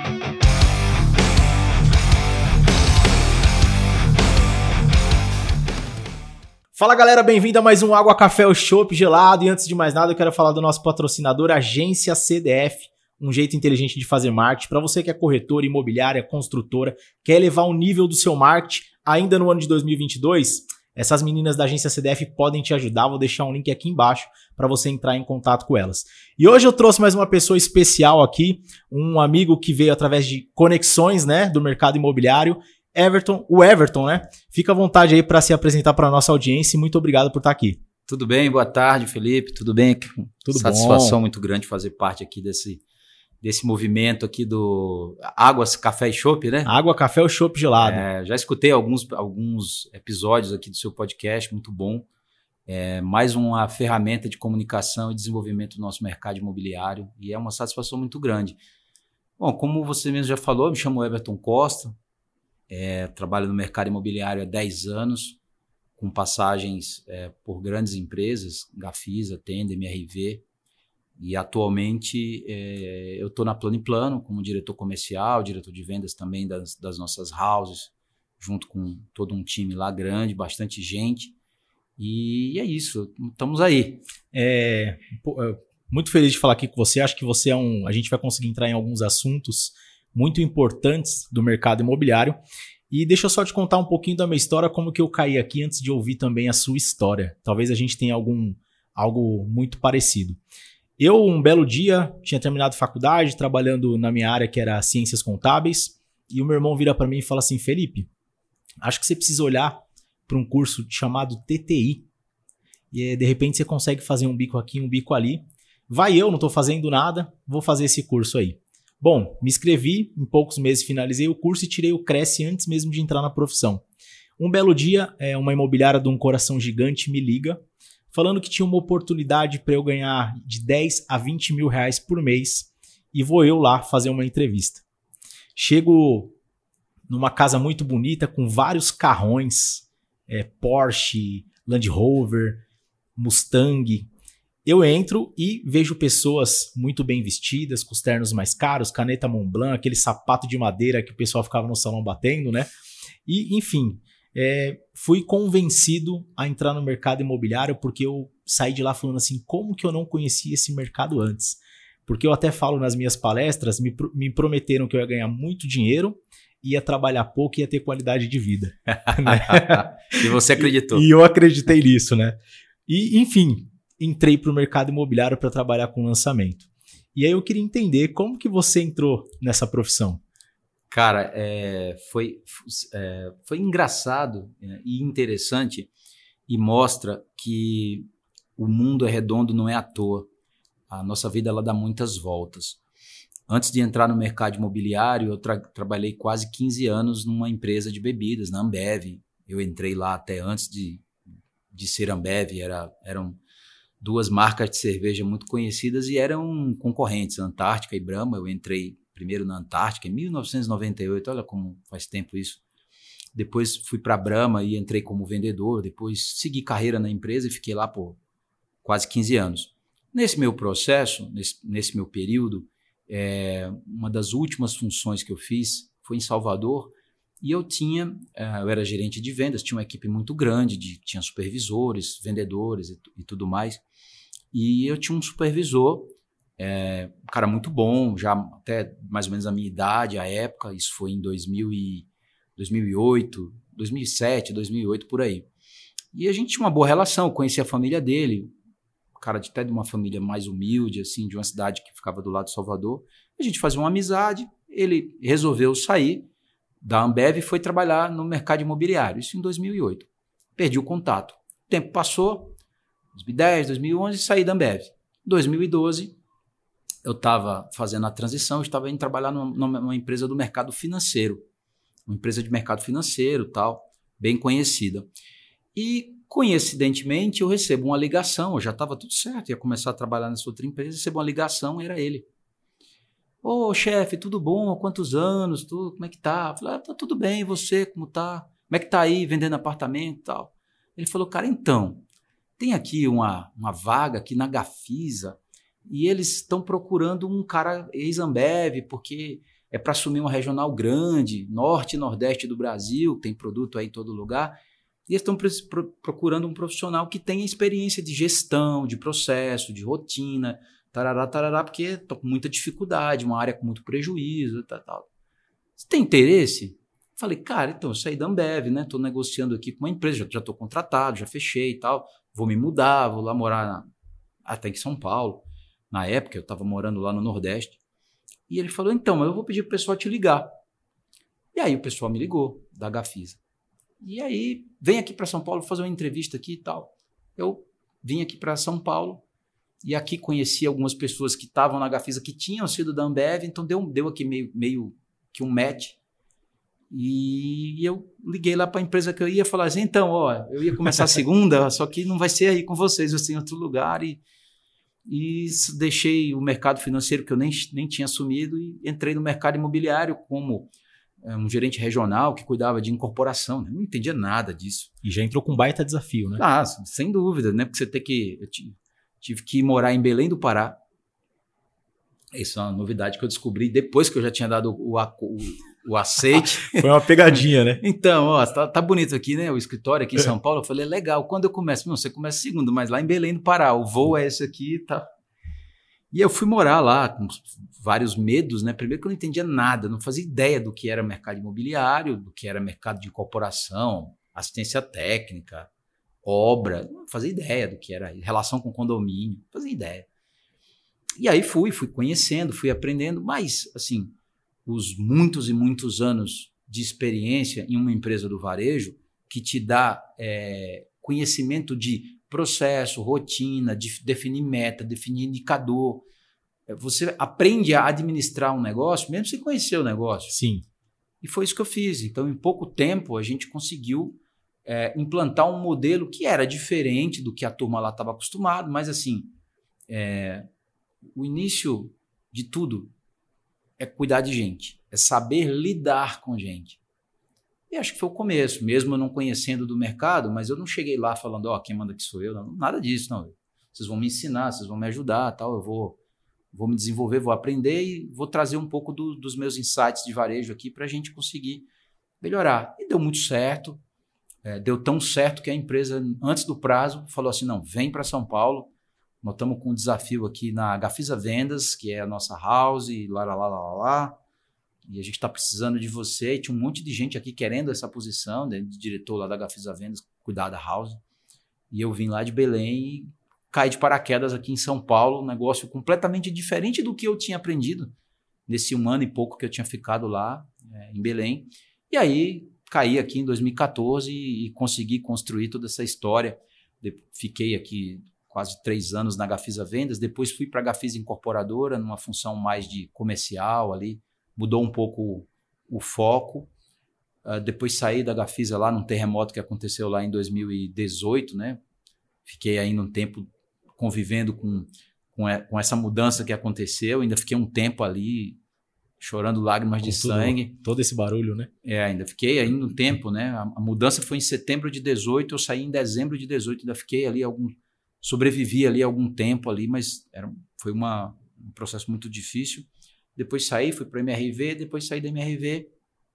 Fala galera, bem-vindo a mais um Água, Café ou Chopp Gelado. E antes de mais nada eu quero falar do nosso patrocinador, Agência CDF, um jeito inteligente de fazer marketing. Para você que é corretora, imobiliária, construtora, quer elevar o nível do seu marketing ainda no ano de 2022, essas meninas da Agência CDF podem te ajudar. Vou deixar um link aqui embaixo para você entrar em contato com elas. E hoje eu trouxe mais uma pessoa especial aqui, um amigo que veio através de conexões, né, do mercado imobiliário, Everton, né? Fica à vontade aí para se apresentar para a nossa audiência e muito obrigado por estar aqui. Tudo bem? Boa tarde, Felipe. Tudo bem? Tudo Satisfação bom. muito grande fazer parte aqui desse movimento aqui do Águas, Café e Chopp, né? Água, Café ou Chopp Gelado. Já escutei alguns episódios aqui do seu podcast, muito bom. Mais uma ferramenta de comunicação e desenvolvimento do nosso mercado imobiliário e é uma satisfação muito grande. Bom, como você mesmo já falou, me chamo Everton Costa. Trabalho no mercado imobiliário há 10 anos, com passagens por grandes empresas, Gafisa, Tenda, MRV, e atualmente eu estou na Plano & Plano como diretor comercial, diretor de vendas também das nossas houses, junto com todo um time lá grande, bastante gente, e é isso, estamos aí. Muito feliz de falar aqui com você, acho que você a gente vai conseguir entrar em alguns assuntos muito importantes do mercado imobiliário. E deixa eu só te contar um pouquinho da minha história, como que eu caí aqui antes de ouvir também a sua história. Talvez a gente tenha algo muito parecido. Eu, um belo dia, tinha terminado faculdade, trabalhando na minha área que era ciências contábeis, e o meu irmão vira para mim e fala assim: Felipe, acho que você precisa olhar para um curso chamado TTI. E de repente você consegue fazer um bico aqui, um bico ali. Eu não estou fazendo nada, vou fazer esse curso aí. Bom, me inscrevi, em poucos meses finalizei o curso e tirei o Cresce antes mesmo de entrar na profissão. Um belo dia, uma imobiliária de um coração gigante me liga, falando que tinha uma oportunidade para eu ganhar de 10 a 20 mil reais por mês e vou eu lá fazer uma entrevista. Chego numa casa muito bonita com vários carrões, Porsche, Land Rover, Mustang. Eu entro e vejo pessoas muito bem vestidas, com os ternos mais caros, caneta Montblanc, aquele sapato de madeira que o pessoal ficava no salão batendo, né? E, enfim, fui convencido a entrar no mercado imobiliário porque eu saí de lá falando assim, como que eu não conhecia esse mercado antes? Porque eu até falo nas minhas palestras, me prometeram que eu ia ganhar muito dinheiro, ia trabalhar pouco e ia ter qualidade de vida. Né? E você acreditou. E eu acreditei nisso, né? E, enfim, entrei para o mercado imobiliário para trabalhar com lançamento. E aí eu queria entender como que você entrou nessa profissão. Cara, foi engraçado e interessante e mostra que o mundo é redondo, não é à toa. A nossa vida ela dá muitas voltas. Antes de entrar no mercado imobiliário, eu trabalhei quase 15 anos numa empresa de bebidas, na Ambev. Eu entrei lá até antes de ser Ambev, eram duas marcas de cerveja muito conhecidas e eram concorrentes, Antártica e Brahma. Eu entrei primeiro na Antártica em 1998, olha como faz tempo isso. Depois fui para a Brahma e entrei como vendedor, depois segui carreira na empresa e fiquei lá por quase 15 anos. Nesse meu processo, nesse meu período, uma das últimas funções que eu fiz foi em Salvador e eu era gerente de vendas, tinha uma equipe muito grande, tinha supervisores, vendedores e tudo mais. E eu tinha um supervisor, um cara muito bom, já até mais ou menos a minha idade, a época, isso foi em 2008, 2007, 2008, por aí. E a gente tinha uma boa relação, eu conhecia a família dele, cara até de uma família mais humilde, assim, de uma cidade que ficava do lado de Salvador. A gente fazia uma amizade, ele resolveu sair da Ambev e foi trabalhar no mercado imobiliário, isso em 2008. Perdi o contato. O tempo passou, 2010, 2011, saí da Ambev. Em 2012, eu estava fazendo a transição, eu estava indo trabalhar numa empresa do mercado financeiro, uma empresa de mercado financeiro, tal, bem conhecida. E, coincidentemente, eu recebo uma ligação, eu já estava tudo certo, ia começar a trabalhar nessa outra empresa, recebo uma ligação, era ele. Ô, chefe, tudo bom? Há quantos anos? Como é que tá? Eu falei, tá tudo bem, e você, como tá? Como é que tá aí, vendendo apartamento e tal? Ele falou, cara, então, tem aqui uma vaga aqui na Gafisa, e eles estão procurando um cara ex-Ambev, porque é para assumir uma regional grande, norte e nordeste do Brasil, tem produto aí em todo lugar, e eles estão procurando um profissional que tenha experiência de gestão, de processo, de rotina, tarará, tarará, porque estou com muita dificuldade, uma área com muito prejuízo, tal. Você tem interesse? Falei, cara, então eu saí da Ambev, né? Estou negociando aqui com uma empresa, já estou contratado, já fechei e tal, vou me mudar, vou lá morar até em São Paulo. Na época eu estava morando lá no Nordeste. E ele falou, então, eu vou pedir para o pessoal te ligar. E aí o pessoal me ligou, da Gafisa. E aí, vem aqui para São Paulo fazer uma entrevista aqui e tal. Eu vim aqui para São Paulo e aqui conheci algumas pessoas que estavam na Gafisa que tinham sido da Ambev, então deu aqui meio que um match. E eu liguei lá para a empresa que eu ia falar assim, então, ó, eu ia começar a segunda, só que não vai ser aí com vocês, vai ser em outro lugar. E deixei o mercado financeiro que eu nem tinha assumido e entrei no mercado imobiliário como um gerente regional que cuidava de incorporação, né? Não entendia nada disso. E já entrou com um baita desafio, né? Ah, sem dúvida, né? Porque você eu tive que morar em Belém do Pará. Isso é uma novidade que eu descobri depois que eu já tinha dado o aceite. Foi uma pegadinha, né? Então, ó, tá bonito aqui, né? O escritório aqui em São Paulo. Eu falei, legal. Quando eu começo? Não, você começa segundo, mas lá em Belém do Pará. O voo é esse aqui e tal. E eu fui morar lá com vários medos, né? Primeiro que eu não entendia nada, não fazia ideia do que era mercado imobiliário, do que era mercado de incorporação, assistência técnica, obra. Não fazia ideia do que era relação com condomínio, não fazia ideia. E aí fui conhecendo, fui aprendendo, mas, assim, os muitos e muitos anos de experiência em uma empresa do varejo que te dá conhecimento de processo, rotina, de definir meta, definir indicador. Você aprende a administrar um negócio, mesmo sem conhecer o negócio. Sim. E foi isso que eu fiz. Então, em pouco tempo, a gente conseguiu implantar um modelo que era diferente do que a turma lá estava acostumada, mas, assim, o início de tudo é cuidar de gente, é saber lidar com gente. E acho que foi o começo, mesmo eu não conhecendo do mercado, mas eu não cheguei lá falando, ó, quem manda aqui sou eu, não, nada disso, não. Vocês vão me ensinar, vocês vão me ajudar, tal, eu vou me desenvolver, vou aprender e vou trazer um pouco dos meus insights de varejo aqui para a gente conseguir melhorar. E deu muito certo, deu tão certo que a empresa, antes do prazo, falou assim, não, vem para São Paulo, nós estamos com um desafio aqui na Gafisa Vendas, que é a nossa house, lá. E a gente está precisando de você. E tinha um monte de gente aqui querendo essa posição, né, de diretor lá da Gafisa Vendas, cuidar da house. E eu vim lá de Belém e caí de paraquedas aqui em São Paulo, um negócio completamente diferente do que eu tinha aprendido nesse 1 ano e pouco que eu tinha ficado lá em Belém. E aí caí aqui em 2014 e consegui construir toda essa história. Fiquei aqui quase 3 anos na Gafisa Vendas, depois fui para a Gafisa Incorporadora, numa função mais de comercial ali, mudou um pouco o foco. Depois saí da Gafisa lá num terremoto que aconteceu lá em 2018, né? Fiquei ainda um tempo convivendo com essa mudança que aconteceu, ainda fiquei um tempo ali chorando lágrimas de sangue. Todo esse barulho, né? Ainda fiquei ainda um tempo, né? A mudança foi em setembro de 18, eu saí em dezembro de 18, ainda fiquei ali sobrevivi ali algum tempo ali, mas foi um processo muito difícil. Depois saí, fui para a MRV, depois saí da MRV,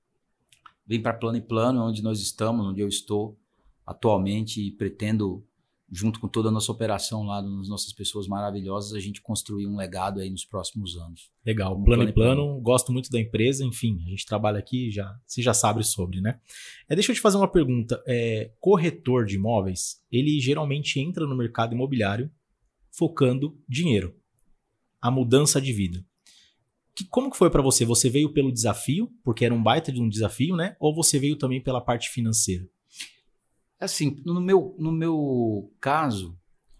vim para Plano & Plano, onde nós estamos, onde eu estou atualmente e pretendo, junto com toda a nossa operação lá, nas nossas pessoas maravilhosas, a gente construir um legado aí nos próximos anos. Legal, Plano & Plano, gosto muito da empresa, enfim, a gente trabalha aqui, você já sabe sobre, né? Deixa eu te fazer uma pergunta, corretor de imóveis, ele geralmente entra no mercado imobiliário focando dinheiro, a mudança de vida. Como que foi para você? Você veio pelo desafio, porque era um baita de um desafio, né? Ou você veio também pela parte financeira? Assim, no meu caso,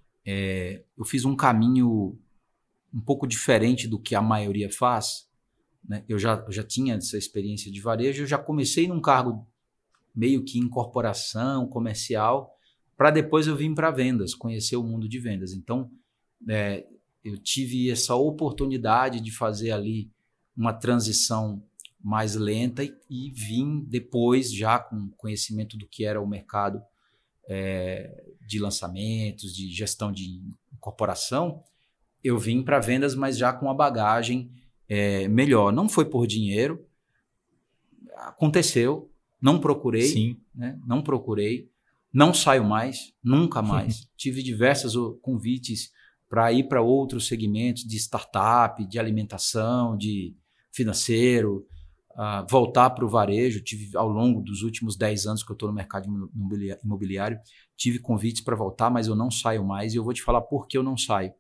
eu fiz um caminho um pouco diferente do que a maioria faz, né? Eu já tinha essa experiência de varejo, eu já comecei num cargo meio que em corporação, comercial, para depois eu vir para vendas, conhecer o mundo de vendas. Então, eu tive essa oportunidade de fazer ali uma transição mais lenta e vim depois já com conhecimento do que era o mercado de lançamentos, de gestão de incorporação, eu vim para vendas, mas já com uma bagagem melhor. Não foi por dinheiro, aconteceu, não procurei, Sim. né? Não procurei, não saio mais, nunca mais. Tive diversos convites para ir para outros segmentos de startup, de alimentação, de financeiro, voltar para o varejo. Tive, ao longo dos últimos 10 anos que eu estou no mercado imobiliário, tive convites para voltar, mas eu não saio mais, e eu vou te falar por que eu não saio.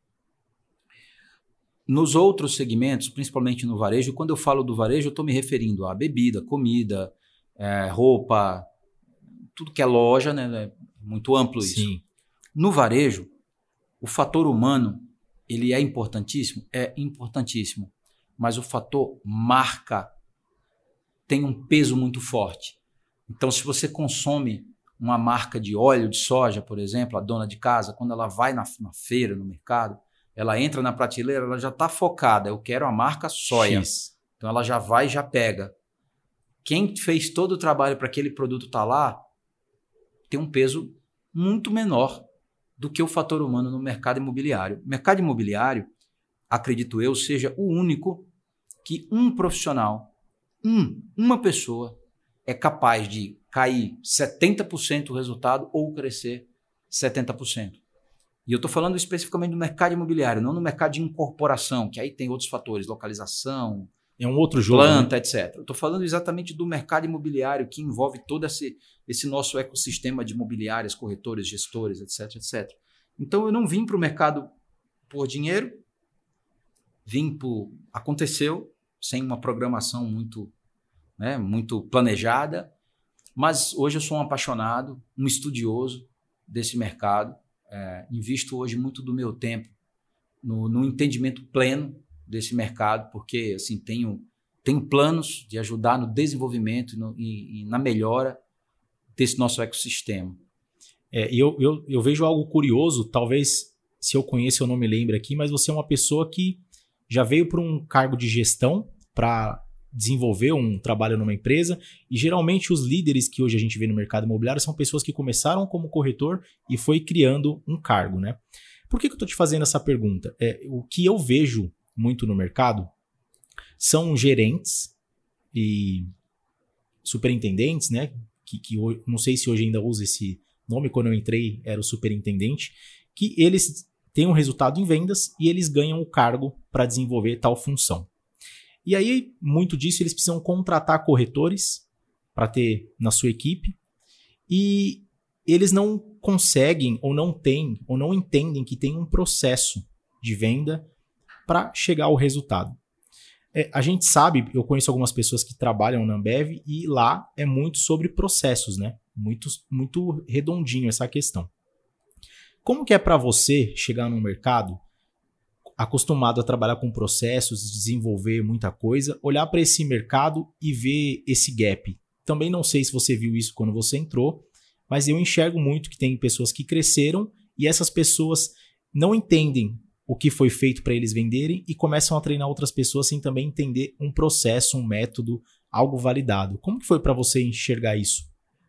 Nos outros segmentos, principalmente no varejo, quando eu falo do varejo, eu estou me referindo a bebida, comida, roupa, tudo que é loja, né? É muito amplo isso. Sim. No varejo, o fator humano, ele é importantíssimo? É importantíssimo. Mas o fator marca tem um peso muito forte. Então, se você consome uma marca de óleo de soja, por exemplo, a dona de casa, quando ela vai na feira, no mercado, ela entra na prateleira, ela já está focada. Eu quero a marca soia. X. Então, ela já vai e já pega. Quem fez todo o trabalho para aquele produto estar lá tem um peso muito menor do que o fator humano no mercado imobiliário. O mercado imobiliário, acredito eu, seja o único que um profissional, uma pessoa, é capaz de cair 70% o resultado ou crescer 70%. E eu estou falando especificamente do mercado imobiliário, não no mercado de incorporação, que aí tem outros fatores, localização, é um outro jogo, planta, né? etc. Eu estou falando exatamente do mercado imobiliário, que envolve todo esse nosso ecossistema de imobiliárias, corretores, gestores, etc, etc. Então, eu não vim para o mercado por dinheiro, aconteceu, sem uma programação muito planejada, mas hoje eu sou um apaixonado, um estudioso desse mercado, invisto hoje muito do meu tempo no entendimento pleno desse mercado, porque assim, tenho planos de ajudar no desenvolvimento e na melhora desse nosso ecossistema. Eu vejo algo curioso, talvez se eu conheço eu não me lembro aqui, mas você é uma pessoa que já veio para um cargo de gestão para desenvolver um trabalho numa empresa, e geralmente os líderes que hoje a gente vê no mercado imobiliário são pessoas que começaram como corretor e foi criando um cargo, né? Por que eu estou te fazendo essa pergunta? O que eu vejo muito no mercado são gerentes e superintendentes, né? Que não sei se hoje ainda usa esse nome, quando eu entrei era o superintendente, que eles têm um resultado em vendas e eles ganham o cargo para desenvolver tal função. E aí, muito disso, eles precisam contratar corretores para ter na sua equipe, e eles não conseguem ou não têm ou não entendem que tem um processo de venda para chegar ao resultado. A gente sabe, eu conheço algumas pessoas que trabalham na Ambev e lá é muito sobre processos, né? Muito redondinho essa questão. Como que é para você chegar no mercado acostumado a trabalhar com processos, desenvolver muita coisa, olhar para esse mercado e ver esse gap? Também não sei se você viu isso quando você entrou, mas eu enxergo muito que tem pessoas que cresceram e essas pessoas não entendem o que foi feito para eles venderem e começam a treinar outras pessoas sem também entender um processo, um método, algo validado. Como que foi para você enxergar isso?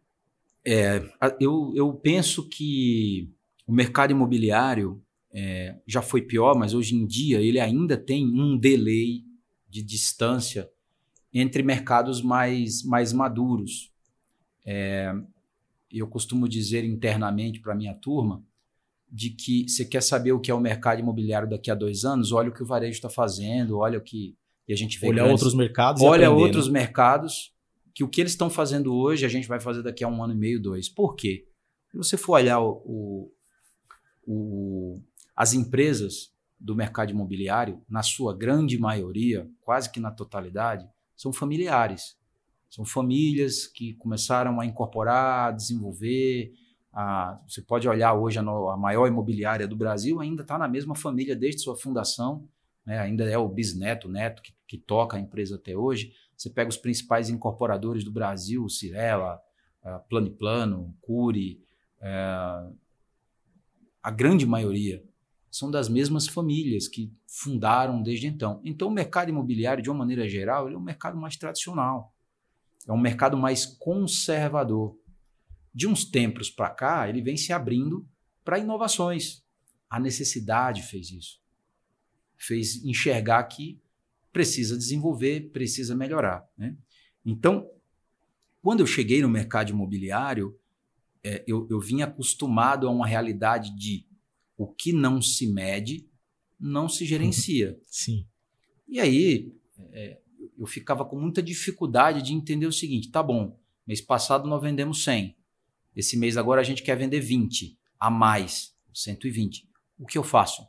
Eu penso que o mercado imobiliário já foi pior, mas hoje em dia ele ainda tem um delay de distância entre mercados mais maduros. Eu costumo dizer internamente para a minha turma de que você quer saber o que é o mercado imobiliário daqui a 2 anos, olha o que o varejo está fazendo, olha o que a gente vê. Olha outros mercados olha outros mercados, que o que eles estão fazendo hoje a gente vai fazer daqui a 1 ano e meio, 2. Por quê? Se você for olhar as empresas do mercado imobiliário, na sua grande maioria, quase que na totalidade, são familiares. São famílias que começaram a incorporar, a desenvolver. Você pode olhar hoje a maior imobiliária do Brasil, ainda está na mesma família desde sua fundação, né? Ainda é o bisneto, o neto que toca a empresa até hoje. Você pega os principais incorporadores do Brasil, Cirela, Plano e Plano, Cury, a grande maioria são das mesmas famílias que fundaram desde então. Então, o mercado imobiliário, de uma maneira geral, ele é um mercado mais tradicional, é um mercado mais conservador. De uns tempos para cá, ele vem se abrindo para inovações. A necessidade fez isso. fez enxergar que precisa desenvolver, precisa melhorar, né? Então, quando eu cheguei no mercado imobiliário, eu vim acostumado a uma realidade de o que não se mede, não se gerencia. Sim. E aí, eu ficava com muita dificuldade de entender o seguinte, tá bom, mês passado nós vendemos 100, esse mês agora a gente quer vender 20, a mais, 120. O que eu faço?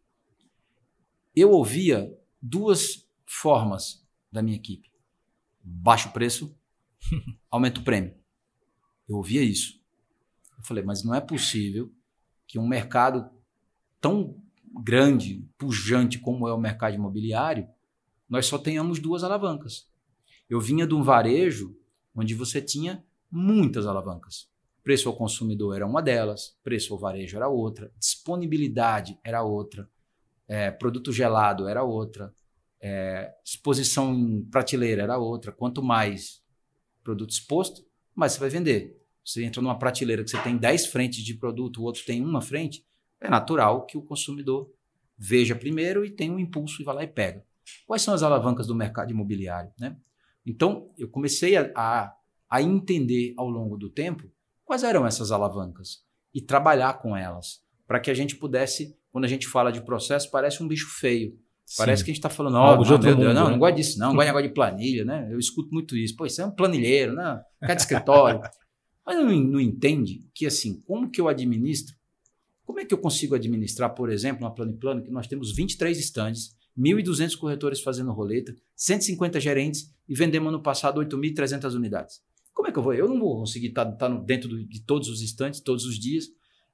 Eu ouvia duas formas da minha equipe. Baixa o preço, aumenta o prêmio. Eu ouvia isso. Eu falei, mas não é possível que um mercado tão grande, pujante como é o mercado imobiliário, nós só tenhamos duas alavancas. Eu vinha de um varejo onde você tinha muitas alavancas. Preço ao consumidor era uma delas, preço ao varejo era outra, disponibilidade era outra, produto gelado era outra, exposição em prateleira era outra. Quanto mais produto exposto, mais você vai vender. Você entra numa prateleira que você tem 10 frentes de produto, o outro tem uma frente, é natural que o consumidor veja primeiro e tenha um impulso e vá lá e pega. Quais são as alavancas do mercado imobiliário, né? Então, eu comecei a entender ao longo do tempo quais eram essas alavancas e trabalhar com elas, para que a gente pudesse, quando a gente fala de processo, parece um bicho feio. Sim. Parece que a gente está falando, algo de outro mundo, não, né? não gosto disso, não gosto de negócio de planilha, né? Eu escuto muito isso. Pô, isso é um planilheiro, né? Quer de escritório. Mas não entende que, assim, como que eu administro? Como é que eu consigo administrar, por exemplo, uma Plano & Plano, que nós temos 23 estandes, 1.200 corretores fazendo roleta, 150 gerentes e vendemos ano passado 8.300 unidades. Como é que eu vou? Eu não vou conseguir estar dentro de todos os estandes, todos os dias.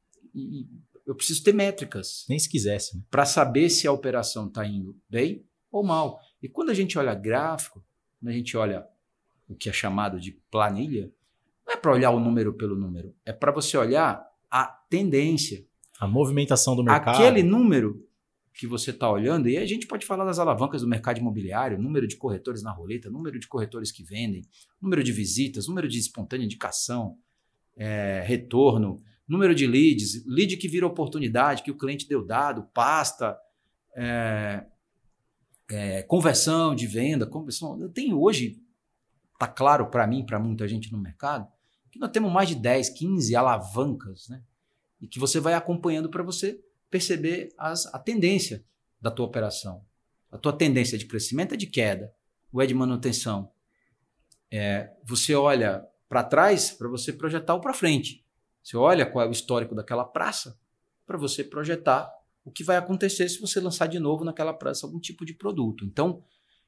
E eu preciso ter métricas. Nem se quisesse, né? Para saber se a operação está indo bem ou mal. E quando a gente olha gráfico, quando a gente olha o que é chamado de planilha, não é para olhar o número pelo número, é para você olhar a tendência. A movimentação do mercado. Aquele número que você está olhando, e a gente pode falar das alavancas do mercado imobiliário, número de corretores na roleta, número de corretores que vendem, número de visitas, número de espontânea indicação, retorno, número de leads, lead que vira oportunidade, que o cliente deu dado, pasta, conversão de venda, conversão. Tem hoje, está claro para mim, para muita gente no mercado, que nós temos mais de 10, 15 alavancas, né? E que você vai acompanhando para você perceber a tendência da tua operação. A tua tendência de crescimento é de queda, ou é de manutenção. Você olha para trás para você projetar o para frente. Você olha qual é o histórico daquela praça para você projetar o que vai acontecer se você lançar de novo naquela praça algum tipo de produto. Então,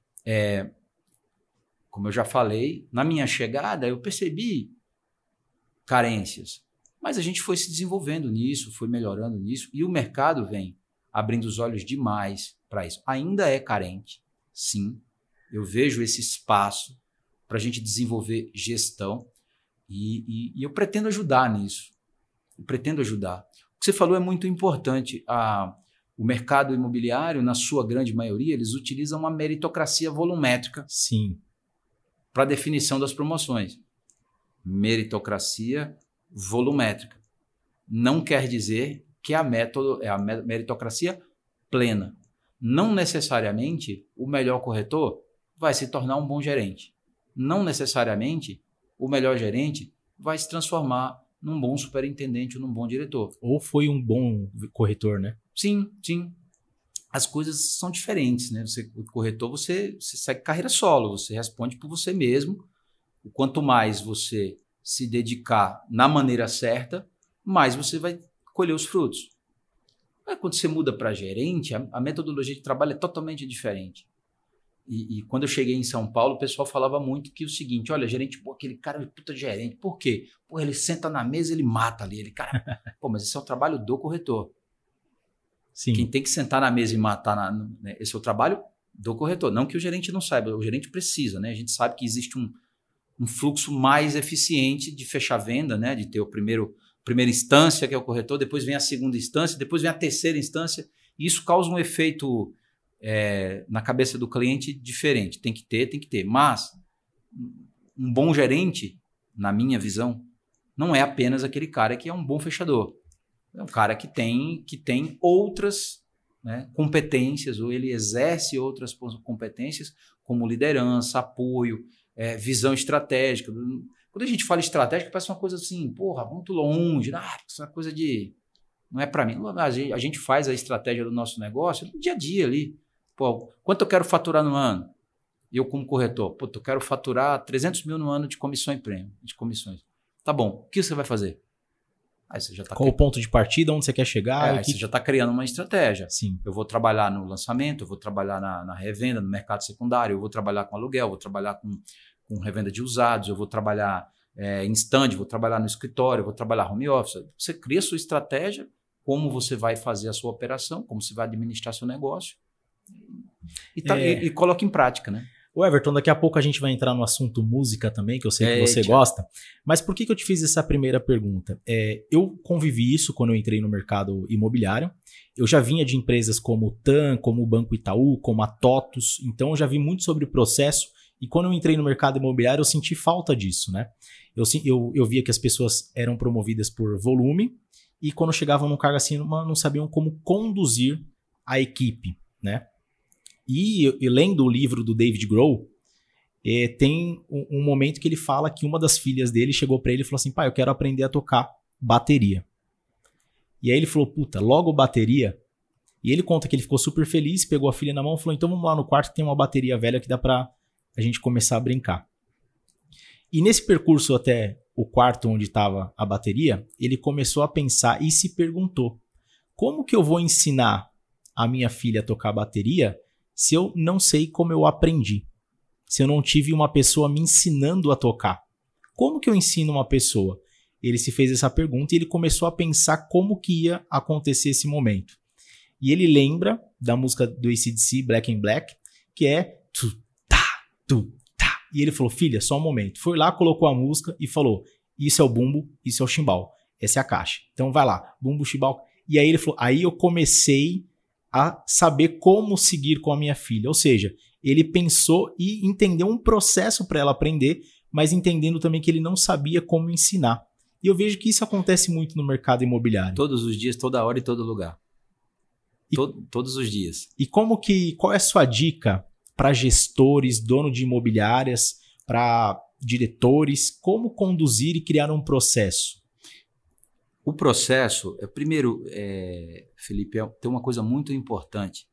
como eu já falei, na minha chegada eu percebi carências. Mas a gente foi se desenvolvendo nisso, foi melhorando nisso, e o mercado vem abrindo os olhos demais para isso. Ainda é carente, sim. Eu vejo esse espaço para a gente desenvolver gestão e eu pretendo ajudar nisso. Eu pretendo ajudar. O que você falou é muito importante. O mercado imobiliário, na sua grande maioria, eles utilizam uma meritocracia volumétrica. Sim. Para a definição das promoções. Meritocracia volumétrica. Não quer dizer que a meritocracia plena. Não necessariamente o melhor corretor vai se tornar um bom gerente. Não necessariamente o melhor gerente vai se transformar num bom superintendente ou num bom diretor. Ou foi um bom corretor, né? Sim, sim. As coisas são diferentes, né? O corretor, você segue carreira solo, você responde por você mesmo. Quanto mais você se dedicar na maneira certa, mais você vai colher os frutos. Mas quando você muda para gerente, a metodologia de trabalho é totalmente diferente. E quando eu cheguei em São Paulo, o pessoal falava muito que o seguinte, olha, gerente, pô, aquele cara é puta gerente. Por quê? Pô, ele senta na mesa, ele mata ali. Pô, mas esse é o trabalho do corretor. Sim. Quem tem que sentar na mesa e matar, né, esse é o trabalho do corretor. Não que o gerente não saiba, o gerente precisa, né? A gente sabe que existe um fluxo mais eficiente de fechar venda, né? De ter primeira instância, que é o corretor, depois vem a segunda instância, depois vem a terceira instância, e isso causa um efeito na cabeça do cliente diferente. Tem que ter. Mas um bom gerente, na minha visão, não é apenas aquele cara que é um bom fechador. É um cara que tem outras né, competências, ou ele exerce outras competências, como liderança, apoio, visão estratégica. Quando a gente fala estratégica, parece uma coisa assim, porra, muito longe, isso é uma coisa de... Não é para mim. A gente faz a estratégia do nosso negócio no dia a dia ali. Pô, quanto eu quero faturar no ano? Eu, como corretor, eu quero faturar 300 mil no ano de comissão e prêmio, de comissões. Tá bom, o que você vai fazer? Aí você já tá Qual o ponto de partida, onde você quer chegar? Aí você já está criando uma estratégia. Sim. Eu vou trabalhar no lançamento, eu vou trabalhar na revenda, no mercado secundário, eu vou trabalhar com aluguel, eu vou trabalhar com revenda de usados, eu vou trabalhar em stand, vou trabalhar no escritório, eu vou trabalhar home office. Você cria a sua estratégia, como você vai fazer a sua operação, como você vai administrar seu negócio e coloca em prática, né? O Everton, daqui a pouco a gente vai entrar no assunto música também, que eu sei que você gosta. Mas por que eu te fiz essa primeira pergunta? Eu convivi isso quando eu entrei no mercado imobiliário. Eu já vinha de empresas como o TAM, como o Banco Itaú, como a TOTUS. Então eu já vi muito sobre o processo. E quando eu entrei no mercado imobiliário, eu senti falta disso, né? Eu via que as pessoas eram promovidas por volume. E quando chegavam num cargo assim, não sabiam como conduzir a equipe, né? E lendo o livro do David Grohl, tem um momento que ele fala que uma das filhas dele chegou para ele e falou assim, pai, eu quero aprender a tocar bateria. E aí ele falou, puta, logo bateria? E ele conta que ele ficou super feliz, pegou a filha na mão e falou, então vamos lá no quarto que tem uma bateria velha que dá pra a gente começar a brincar. E nesse percurso até o quarto onde estava a bateria, ele começou a pensar e se perguntou, como que eu vou ensinar a minha filha a tocar bateria se eu não sei como eu aprendi? Se eu não tive uma pessoa me ensinando a tocar? Como que eu ensino uma pessoa? Ele se fez essa pergunta e ele começou a pensar como que ia acontecer esse momento. E ele lembra da música do AC/DC, Black in Black, que é tu, tá, tu, tá. E ele falou, filha, só um momento. Foi lá, colocou a música e falou, isso é o bumbo, isso é o chimbal. Essa é a caixa. Então vai lá, bumbo, chimbal. E aí ele falou, aí eu comecei a saber como seguir com a minha filha. Ou seja, ele pensou e entendeu um processo para ela aprender, mas entendendo também que ele não sabia como ensinar. E eu vejo que isso acontece muito no mercado imobiliário. Todos os dias, toda hora e todo lugar. Todos os dias. E qual é a sua dica para gestores, dono de imobiliárias, para diretores, como conduzir e criar um processo? O processo, primeiro, Felipe, tem uma coisa muito importante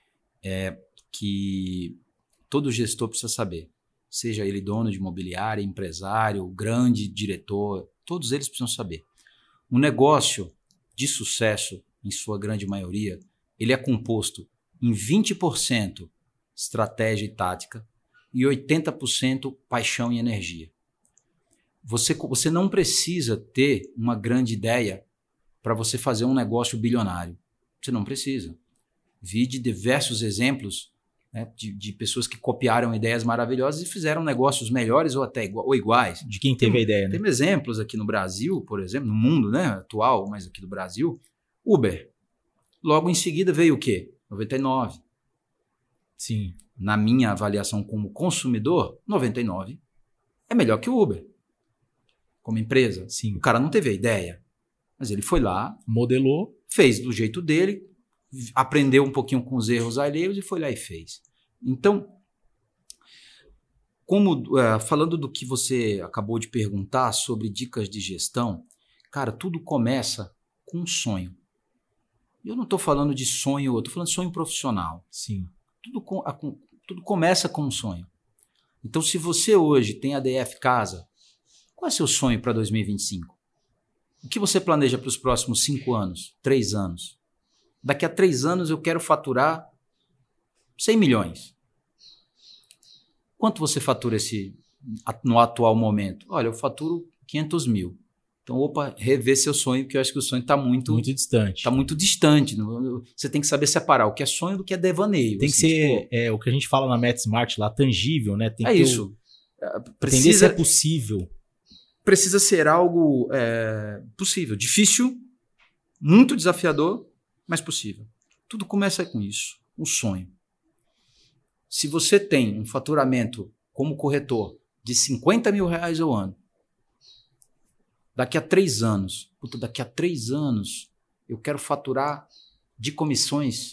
que todo gestor precisa saber. Seja ele dono de imobiliária, empresário, grande diretor, todos eles precisam saber. Um negócio de sucesso, em sua grande maioria, ele é composto em 20% estratégia e tática e 80% paixão e energia. Você não precisa ter uma grande ideia para você fazer um negócio bilionário. Você não precisa. Vi de diversos exemplos, né, de pessoas que copiaram ideias maravilhosas e fizeram negócios melhores ou até iguais. De quem teve a ideia, né? Tem exemplos aqui no Brasil, por exemplo, no mundo, né, atual, mas aqui do Brasil, Uber. Logo em seguida veio o quê? 99. Sim. Na minha avaliação como consumidor, 99 é melhor que o Uber. Como empresa. Sim. O cara não teve a ideia, mas ele foi lá, modelou, fez do jeito dele, aprendeu um pouquinho com os erros alheios e foi lá e fez. Então, falando do que você acabou de perguntar sobre dicas de gestão, cara, tudo começa com um sonho. Eu não estou falando de sonho, eu estou falando de sonho profissional. Sim. Tudo começa com um sonho. Então, se você hoje tem a DF Casa, qual é o seu sonho para 2025? O que você planeja para os próximos 5 anos, 3 anos? Daqui a 3 anos eu quero faturar 100 milhões. Quanto você fatura no atual momento? Olha, eu faturo 500 mil. Então, rever seu sonho, porque eu acho que o sonho está muito distante. Está muito distante. Você tem que saber separar o que é sonho do que é devaneio. Tem que ser o que a gente fala na Meta Smart lá, tangível, né? Tem que isso. Entender se é possível. Precisa ser algo possível. Difícil, muito desafiador, mas possível. Tudo começa com isso, um sonho. Se você tem um faturamento como corretor de 50 mil reais ao ano, daqui a 3 anos, eu quero faturar de comissões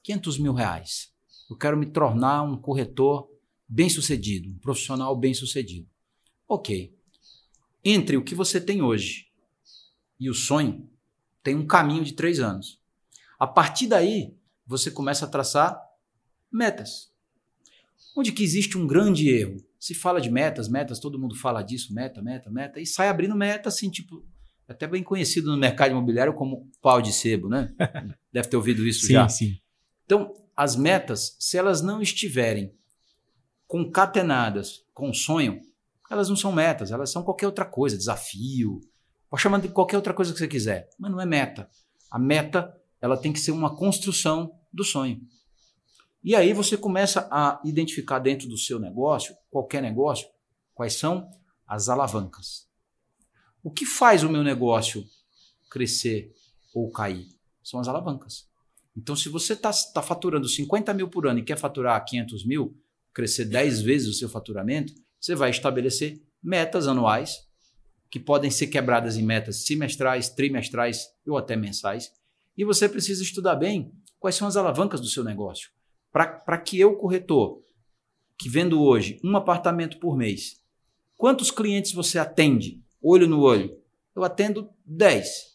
R$500 mil. Eu quero me tornar um corretor bem-sucedido, um profissional bem-sucedido. Ok. Entre o que você tem hoje e o sonho, tem um caminho de 3 anos. A partir daí, você começa a traçar metas. Onde que existe um grande erro? Se fala de metas, todo mundo fala disso, meta, e sai abrindo meta, assim, tipo, até bem conhecido no mercado imobiliário como pau de sebo, né? Deve ter ouvido isso já. Sim. Então, as metas, se elas não estiverem concatenadas com o sonho, elas não são metas, elas são qualquer outra coisa, desafio, pode chamar de qualquer outra coisa que você quiser, mas não é meta. A meta, ela tem que ser uma construção do sonho. E aí você começa a identificar dentro do seu negócio, qualquer negócio, quais são as alavancas. O que faz o meu negócio crescer ou cair? São as alavancas. Então, se você está faturando 50 mil por ano e quer faturar 500 mil, crescer 10 vezes o seu faturamento, você vai estabelecer metas anuais, que podem ser quebradas em metas semestrais, trimestrais ou até mensais. E você precisa estudar bem quais são as alavancas do seu negócio. Para que eu, corretor, que vendo hoje um apartamento por mês, quantos clientes você atende, olho no olho? Eu atendo 10.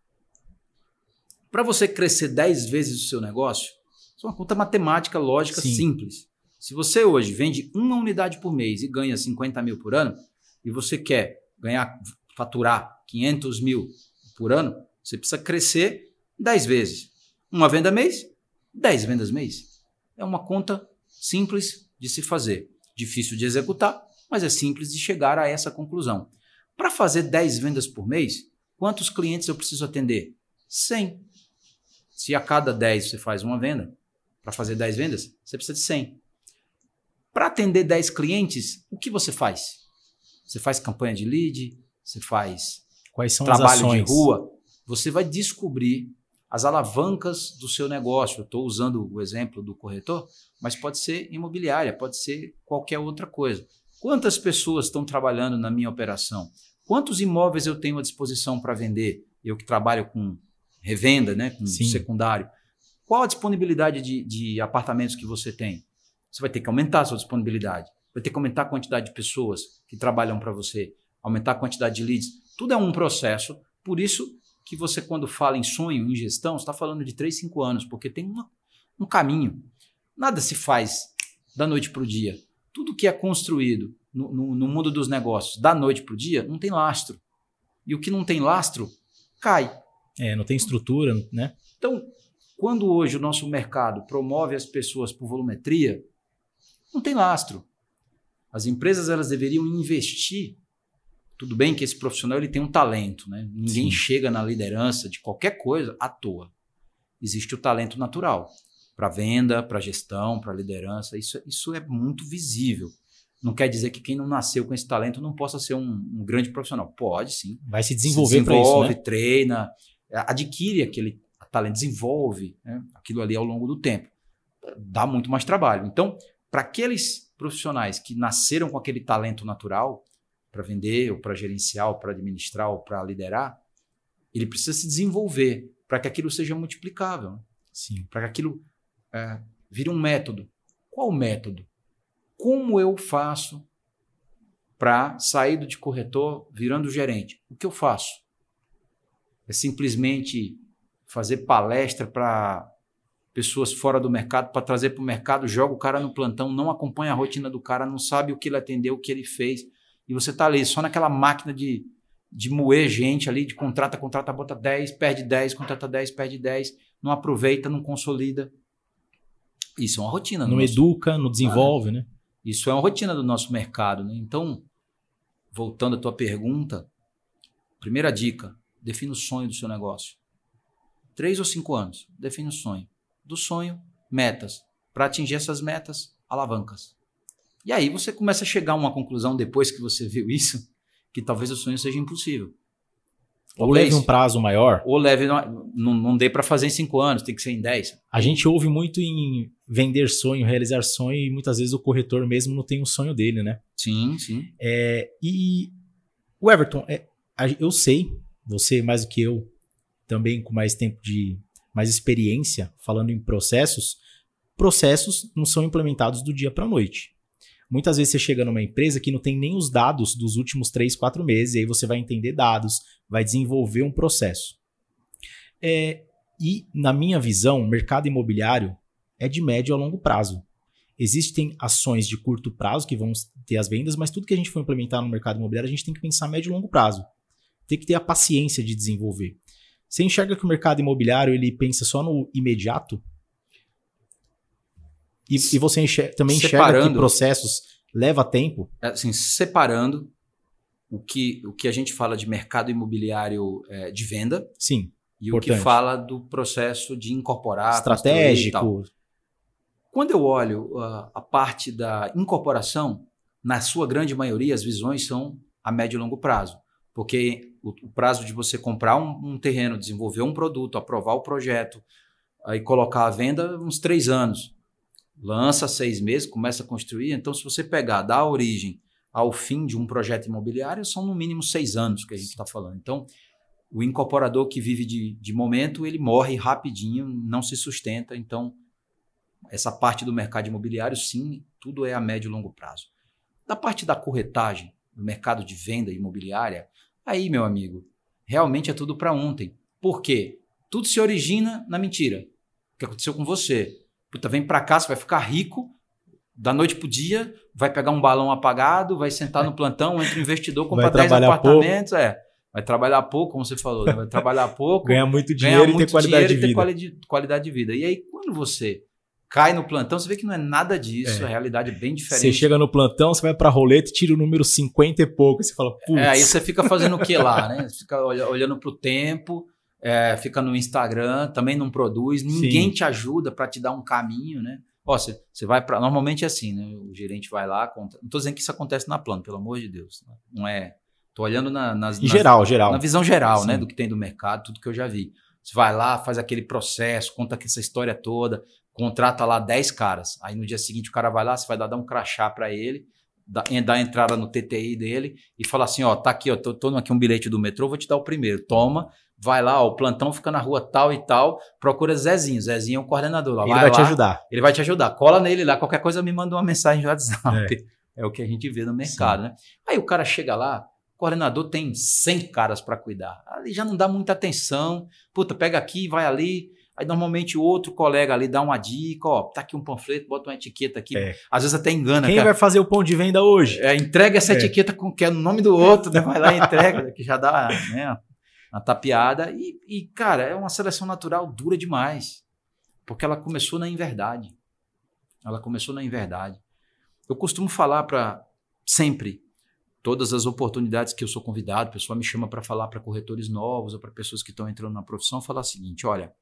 Para você crescer 10 vezes o seu negócio, isso é uma conta matemática, lógica, simples. Se você hoje vende uma unidade por mês e ganha 50 mil por ano, e você quer faturar 500 mil por ano, você precisa crescer 10 vezes. Uma venda mês, 10 vendas mês. É uma conta simples de se fazer. Difícil de executar, mas é simples de chegar a essa conclusão. Para fazer 10 vendas por mês, quantos clientes eu preciso atender? 100. Se a cada 10 você faz uma venda, para fazer 10 vendas, você precisa de 100. Para atender 10 clientes, o que você faz? Você faz campanha de lead, você faz quais são trabalho as ações de rua, você vai descobrir as alavancas do seu negócio. Eu estou usando o exemplo do corretor, mas pode ser imobiliária, pode ser qualquer outra coisa. Quantas pessoas estão trabalhando na minha operação? Quantos imóveis eu tenho à disposição para vender? Eu que trabalho com revenda, né, com secundário. Qual a disponibilidade de apartamentos que você tem? Você vai ter que aumentar a sua disponibilidade. Vai ter que aumentar a quantidade de pessoas que trabalham para você. Aumentar a quantidade de leads. Tudo é um processo. Por isso que você, quando fala em sonho, em gestão, está falando de 3, 5 anos, porque tem um caminho. Nada se faz da noite para o dia. Tudo que é construído no mundo dos negócios da noite para o dia não tem lastro. E o que não tem lastro, cai. Não tem estrutura, né? Então, quando hoje o nosso mercado promove as pessoas por volumetria, não tem lastro. As empresas elas deveriam investir. Tudo bem que esse profissional ele tem um talento, né? Ninguém chega na liderança de qualquer coisa à toa. Existe o talento natural para venda, para gestão, para liderança. Isso é muito visível. Não quer dizer que quem não nasceu com esse talento não possa ser um grande profissional. Pode, sim. Vai se desenvolver para isso, né? Treina, adquire aquele talento, desenvolve, né, aquilo ali ao longo do tempo. Dá muito mais trabalho. Então, para aqueles profissionais que nasceram com aquele talento natural, para vender, ou para gerenciar, ou para administrar, ou para liderar, ele precisa se desenvolver para que aquilo seja multiplicável. Sim. Para que aquilo vire um método. Qual o método? Como eu faço para sair de corretor virando gerente? O que eu faço? É simplesmente fazer palestra para pessoas fora do mercado, para trazer para o mercado, joga o cara no plantão, não acompanha a rotina do cara, não sabe o que ele atendeu, o que ele fez, e você está ali só naquela máquina de moer gente ali, de contrata, bota 10, perde 10, contrata 10, perde 10, não aproveita, não consolida. Isso é uma rotina. Não educa, não desenvolve, né? Isso é uma rotina do nosso mercado, né? Então, voltando à tua pergunta, primeira dica, defina o sonho do seu negócio. 3 ou 5 anos, define o sonho. Do sonho, metas. Para atingir essas metas, alavancas. E aí você começa a chegar a uma conclusão depois que você viu isso, que talvez o sonho seja impossível. Ou leve um prazo maior. Ou leve, não dê para fazer em 5 anos, tem que ser em 10. A gente ouve muito em vender sonho, realizar sonho, e muitas vezes o corretor mesmo não tem o sonho dele, né? Sim, sim. E o Everton, eu sei, você mais do que eu, também com mais tempo mais experiência falando em processos, processos não são implementados do dia para a noite. Muitas vezes você chega numa empresa que não tem nem os dados dos últimos 3, 4 meses, e aí você vai entender dados, vai desenvolver um processo. E, na minha visão, o mercado imobiliário é de médio a longo prazo. Existem ações de curto prazo que vão ter as vendas, mas tudo que a gente for implementar no mercado imobiliário, a gente tem que pensar a médio e longo prazo. Tem que ter a paciência de desenvolver. Você enxerga que o mercado imobiliário ele pensa só no imediato? E você também enxerga que processos leva tempo? Assim, separando o que a gente fala de mercado imobiliário de venda. Sim, e importante. O que fala do processo de incorporar, estratégico. Quando eu olho a parte da incorporação, na sua grande maioria, as visões são a médio e longo prazo. Porque o prazo de você comprar um terreno, desenvolver um produto, aprovar o projeto, aí colocar à venda, uns 3 anos. Lança 6 meses, começa a construir. Então, se você pegar da origem ao fim de um projeto imobiliário, são no mínimo 6 anos que a gente está falando. Então, o incorporador que vive de momento, ele morre rapidinho, não se sustenta. Então, essa parte do mercado imobiliário, sim, tudo é a médio e longo prazo. Da parte da corretagem, do mercado de venda imobiliária, aí, meu amigo, realmente é tudo para ontem. Por quê? Tudo se origina na mentira. O que aconteceu com você? Puta, vem para cá, você vai ficar rico, da noite pro dia, vai pegar um balão apagado, vai sentar no plantão, entra um investidor, compra 10 apartamentos, vai trabalhar pouco, como você falou, né? Vai trabalhar pouco, ganhar muito dinheiro e ter qualidade de vida. E aí, quando você cai no plantão, você vê que não é nada disso, a realidade é bem diferente. Você chega no plantão, você vai pra roleta e tira o número 50 e pouco, e você fala, putz. Aí você fica fazendo o que lá, né? Você fica olhando pro tempo, fica no Instagram, também não produz, ninguém te ajuda para te dar um caminho, né? Ó, você vai para. Normalmente é assim, né? O gerente vai lá, não estou dizendo que isso acontece na plano, pelo amor de Deus. Não é. Estou olhando geral. Na visão geral, Sim. né? Do que tem do mercado, tudo que eu já vi. Você vai lá, faz aquele processo, conta essa história toda, contrata lá 10 caras. Aí no dia seguinte o cara vai lá, você vai dar um crachá para ele, dar entrada no TTI dele e falar assim: ó, tá aqui, ó, tô aqui um bilhete do metrô, vou te dar o primeiro. Toma. Vai lá, ó, o plantão fica na rua tal e tal, procura Zezinho. Zezinho é o coordenador lá. Ele vai te ajudar. Ele vai te ajudar. Cola nele lá, qualquer coisa me manda uma mensagem no WhatsApp. É o que a gente vê no mercado, né? Aí o cara chega lá, o coordenador tem 100 caras para cuidar. Ali já não dá muita atenção. Puta, pega aqui, vai ali. Aí normalmente o outro colega ali dá uma dica, ó, tá aqui um panfleto, bota uma etiqueta aqui. Às vezes até engana. Quem vai fazer o pão de venda hoje? Entrega essa etiqueta que é no nome do outro, né? Vai lá e entrega, que já dá, né? Uma tapeada e, cara, é uma seleção natural dura demais, porque ela começou na inverdade. Eu costumo falar para sempre, todas as oportunidades que eu sou convidado, o pessoal me chama para falar para corretores novos ou para pessoas que estão entrando na profissão, falar o seguinte: olha,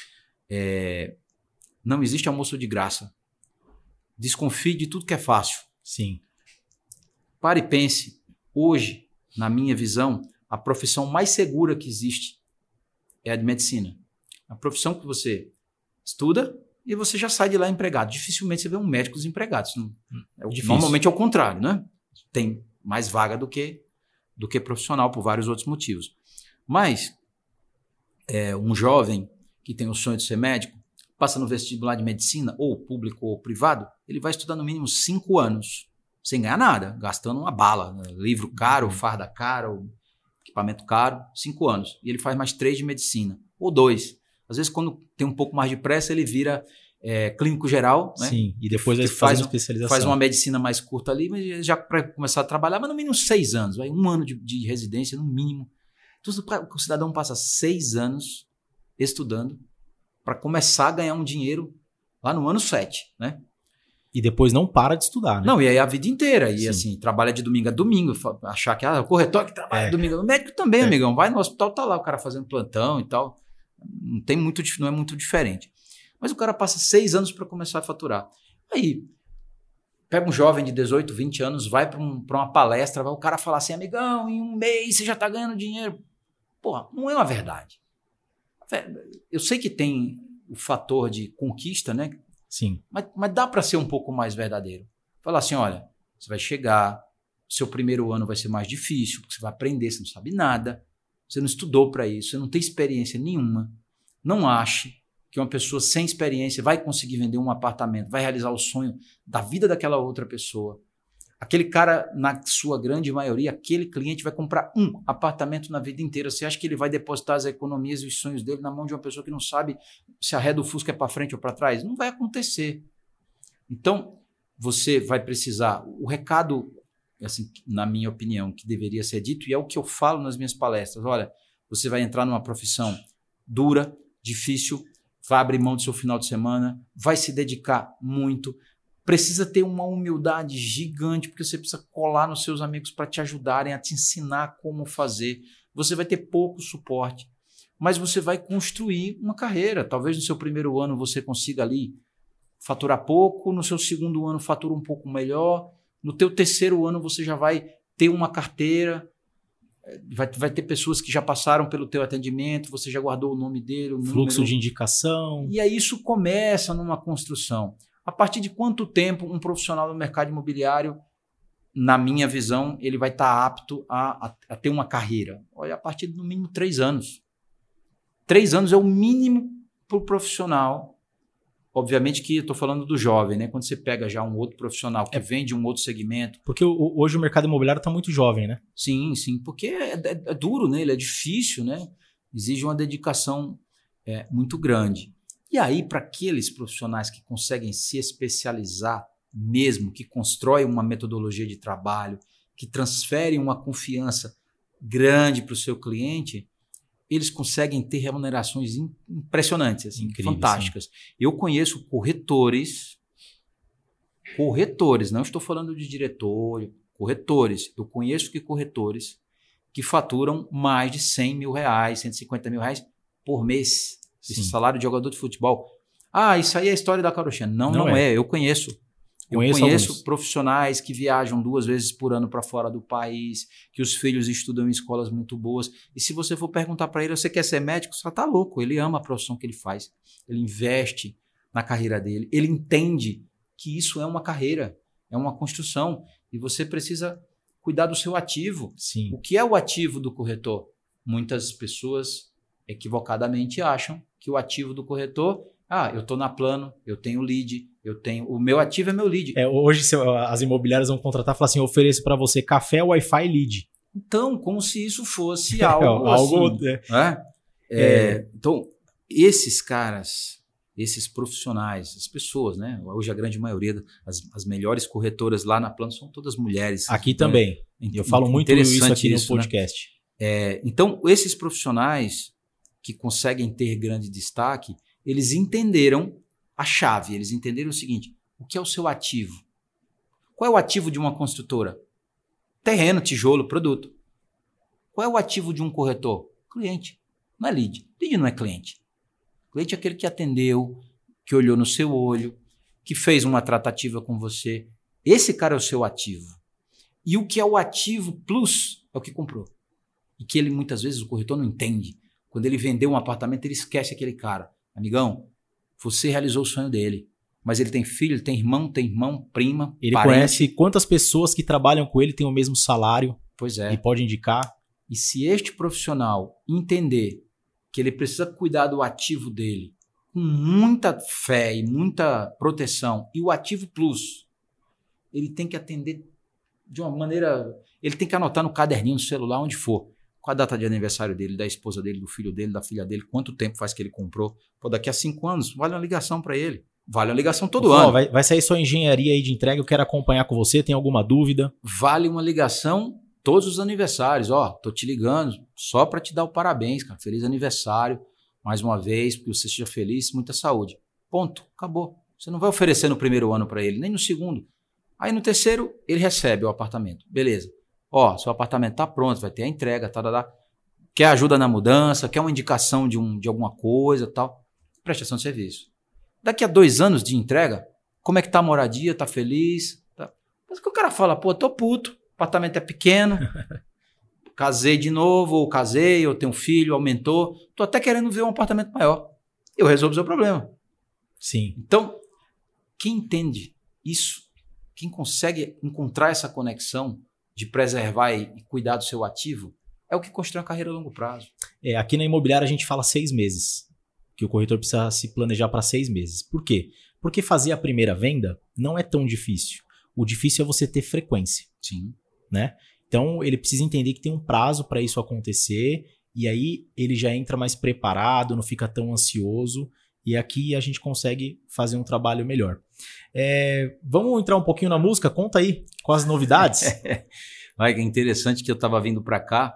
não existe almoço de graça. Desconfie de tudo que é fácil. Sim. Pare e pense. Hoje, na minha visão, a profissão mais segura que existe é a de medicina. A profissão que você estuda e você já sai de lá empregado. Dificilmente você vê um médico desempregado. Normalmente é o contrário, né? Tem mais vaga do que profissional por vários outros motivos. Mas um jovem que tem o sonho de ser médico, passa no vestibular de medicina, ou público ou privado, ele vai estudar no mínimo 5 anos, sem ganhar nada, gastando uma bala, né? Livro caro, farda cara, equipamento caro, 5 anos. E ele faz mais 3 de medicina, ou 2. Às vezes, quando tem um pouco mais de pressa, ele vira clínico geral. Né? Sim, e depois ele faz uma especialização. Faz uma medicina mais curta ali, mas já para começar a trabalhar, mas no mínimo 6 anos. Vai 1 ano de residência, no mínimo. Então, o cidadão passa 6 anos estudando para começar a ganhar um dinheiro lá no ano 7, né? E depois não para de estudar, né? Não, e aí a vida inteira. E assim, trabalha de domingo a domingo, achar que o corretor que trabalha domingo. O médico também, amigão. Vai no hospital, tá lá o cara fazendo plantão e tal. Não é muito diferente. Mas o cara passa 6 anos para começar a faturar. Aí, pega um jovem de 18, 20 anos, vai para uma palestra, vai o cara falar assim: amigão, em 1 mês você já tá ganhando dinheiro. Porra, não é uma verdade. Eu sei que tem o fator de conquista, né? Sim. Mas dá para ser um pouco mais verdadeiro. Falar assim: olha, você vai chegar, seu primeiro ano vai ser mais difícil, porque você vai aprender, você não sabe nada, você não estudou para isso, você não tem experiência nenhuma. Não ache que uma pessoa sem experiência vai conseguir vender um apartamento, vai realizar o sonho da vida daquela outra pessoa. Aquele cara, na sua grande maioria, aquele cliente vai comprar um apartamento na vida inteira. Você acha que ele vai depositar as economias e os sonhos dele na mão de uma pessoa que não sabe se a ré do Fusca é para frente ou para trás? Não vai acontecer. Então, você vai precisar... O recado, assim, na minha opinião, que deveria ser dito, e é o que eu falo nas minhas palestras, olha, você vai entrar numa profissão dura, difícil, vai abrir mão do seu final de semana, vai se dedicar muito, precisa ter uma humildade gigante, porque você precisa colar nos seus amigos para te ajudarem, a te ensinar como fazer. Você vai ter pouco suporte, mas você vai construir uma carreira. Talvez no seu primeiro ano você consiga ali faturar pouco, no seu segundo ano fatura um pouco melhor, no teu terceiro ano você já vai ter uma carteira, vai ter pessoas que já passaram pelo teu atendimento, você já guardou o nome dele, o fluxo número, de indicação. E aí isso começa numa construção. A partir de quanto tempo um profissional do mercado imobiliário, na minha visão, ele vai estar apto a ter uma carreira? Olha, a partir de no mínimo 3 anos. 3 anos é o mínimo para o profissional. Obviamente que eu estou falando do jovem, né? Quando você pega já um outro profissional que vem de um outro segmento. Porque hoje o mercado imobiliário está muito jovem, né? Sim, porque é duro, né? Ele é difícil, né? Exige uma dedicação muito grande. E aí, para aqueles profissionais que conseguem se especializar mesmo, que constroem uma metodologia de trabalho, que transferem uma confiança grande para o seu cliente, eles conseguem ter remunerações impressionantes, assim, incrível, fantásticas. Sim. Eu conheço corretores, não estou falando de diretor, corretores. Eu conheço corretores que faturam mais de 100 mil reais, 150 mil reais por mês. Esse salário de jogador de futebol. Ah, isso aí é a história da carochinha. Não é. Eu conheço. Eu conheço profissionais que viajam 2 vezes por ano para fora do país, que os filhos estudam em escolas muito boas. E se você for perguntar para ele, você quer ser médico? Você tá louco. Ele ama a profissão que ele faz. Ele investe na carreira dele. Ele entende que isso é uma carreira, é uma construção. E você precisa cuidar do seu ativo. Sim. O que é o ativo do corretor? Muitas pessoas equivocadamente acham que o ativo do corretor, eu estou na Plano, eu tenho lead, o meu ativo é meu lead. Hoje as imobiliárias vão contratar e falar assim, eu ofereço para você café, Wi-Fi e lead. Então, como se isso fosse algo assim. Então, esses caras, esses profissionais, as pessoas, né? Hoje a grande maioria, as melhores corretoras lá na Plano são todas mulheres. Aqui também. Eu falo muito isso aqui no podcast. Né? Então, esses profissionais que conseguem ter grande destaque, eles entenderam a chave, eles entenderam o seguinte, o que é o seu ativo? Qual é o ativo de uma construtora? Terreno, tijolo, produto. Qual é o ativo de um corretor? Cliente, não é lead. Lead não é cliente. Cliente é aquele que atendeu, que olhou no seu olho, que fez uma tratativa com você. Esse cara é o seu ativo. E o que é o ativo plus é o que comprou. E que ele, muitas vezes, o corretor não entende. Quando ele vendeu um apartamento, ele esquece aquele cara. Amigão, você realizou o sonho dele. Mas ele tem filho, ele tem irmão, prima, ele parente. Conhece quantas pessoas que trabalham com ele têm o mesmo salário. Pois é. E pode indicar. E se este profissional entender que ele precisa cuidar do ativo dele com muita fé e muita proteção, e o ativo plus, ele tem que atender de uma maneira... Ele tem que anotar no caderninho, no celular, onde for. Qual a data de aniversário dele, da esposa dele, do filho dele, da filha dele, quanto tempo faz que ele comprou. Pô, daqui a 5 anos, vale uma ligação para ele. Vale uma ligação todo ano. Vai sair sua engenharia aí de entrega, eu quero acompanhar com você, tem alguma dúvida? Vale uma ligação todos os aniversários. Tô te ligando só para te dar o parabéns, cara. Feliz aniversário, mais uma vez, porque você seja feliz, muita saúde. Ponto, acabou. Você não vai oferecer no primeiro ano para ele, nem no segundo. Aí no terceiro, ele recebe o apartamento. Beleza. Seu apartamento está pronto, vai ter a entrega, quer ajuda na mudança, quer uma indicação de alguma coisa, tal. Prestação de serviço. Daqui a 2 anos de entrega, como é que tá a moradia? Tá feliz? Tá. Mas que o cara fala, tô puto, o apartamento é pequeno, casei de novo, ou casei, ou tenho um filho, aumentou, tô até querendo ver um apartamento maior. Eu resolvo o seu problema. Sim. Então, quem entende isso, quem consegue encontrar essa conexão de preservar e cuidar do seu ativo, é o que constrói uma carreira a longo prazo. Aqui na imobiliária a gente fala 6 meses. que o corretor precisa se planejar para 6 meses. Por quê? Porque fazer a primeira venda não é tão difícil. O difícil é você ter frequência. Sim. Né? Então, ele precisa entender que tem um prazo para isso acontecer, e aí ele já entra mais preparado, não fica tão ansioso, e aqui a gente consegue fazer um trabalho melhor. Vamos entrar um pouquinho na música? Conta aí, com as novidades. É interessante que eu estava vindo para cá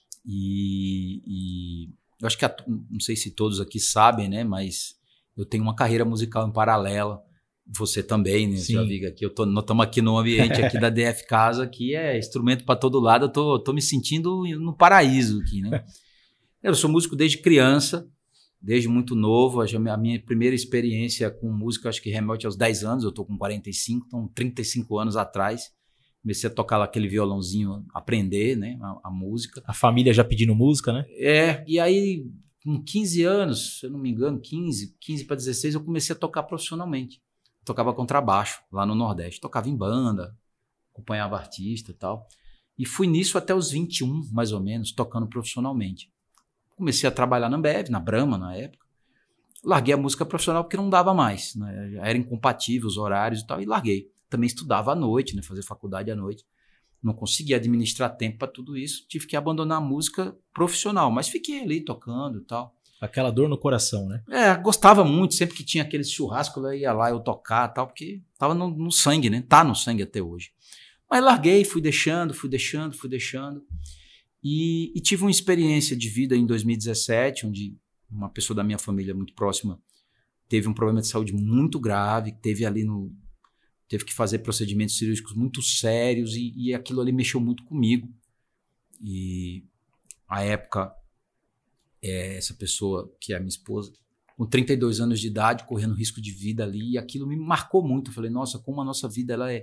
e eu acho que não sei se todos aqui sabem, né? Mas eu tenho uma carreira musical em paralela. Você também, né? Já vi aqui, nós estamos aqui no ambiente aqui da DF Casa, que é instrumento para todo lado. Eu tô me sentindo no paraíso aqui, né? Eu sou músico desde criança, desde muito novo. A minha primeira experiência com música, acho que remete aos 10 anos. Eu tô com 45, então 35 anos atrás. Comecei a tocar lá aquele violãozinho, aprender, né, a música. A família já pedindo música, né? E aí, com 15 anos, se eu não me engano, 15 para 16, eu comecei a tocar profissionalmente. Tocava contrabaixo lá no Nordeste. Tocava em banda, acompanhava artista e tal. E fui nisso até os 21, mais ou menos, tocando profissionalmente. Comecei a trabalhar na Ambev, na Brahma, na época. Larguei a música profissional porque não dava mais, né? Era incompatível os horários e tal, e larguei. Também estudava à noite, né? Fazia faculdade à noite. Não conseguia administrar tempo para tudo isso. Tive que abandonar a música profissional, mas fiquei ali tocando e tal. Aquela dor no coração, né? Gostava muito, sempre que tinha aquele churrasco, eu ia lá, eu tocar e tal, porque tava no sangue, né? Tá no sangue até hoje. Mas larguei, fui deixando. E tive uma experiência de vida em 2017, onde uma pessoa da minha família muito próxima teve um problema de saúde muito grave, teve que fazer procedimentos cirúrgicos muito sérios e aquilo ali mexeu muito comigo. E à época, essa pessoa, que é a minha esposa, com 32 anos de idade, correndo risco de vida ali, e aquilo me marcou muito. Eu falei, nossa, como a nossa vida ela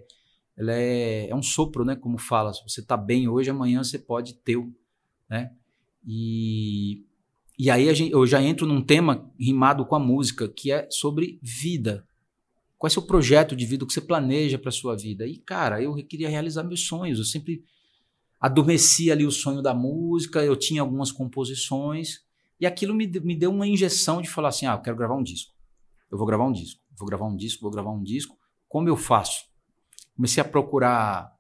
é um sopro, né? Como fala, se você está bem hoje, amanhã você pode ter, né? E aí eu já entro num tema rimado com a música, que é sobre vida. Qual é o seu projeto de vida, o que você planeja para a sua vida? E, cara, eu queria realizar meus sonhos. Eu sempre adormeci ali o sonho da música, eu tinha algumas composições, e aquilo me deu uma injeção de falar assim, eu quero gravar um disco. Eu vou gravar um disco. Como eu faço? Comecei a procurar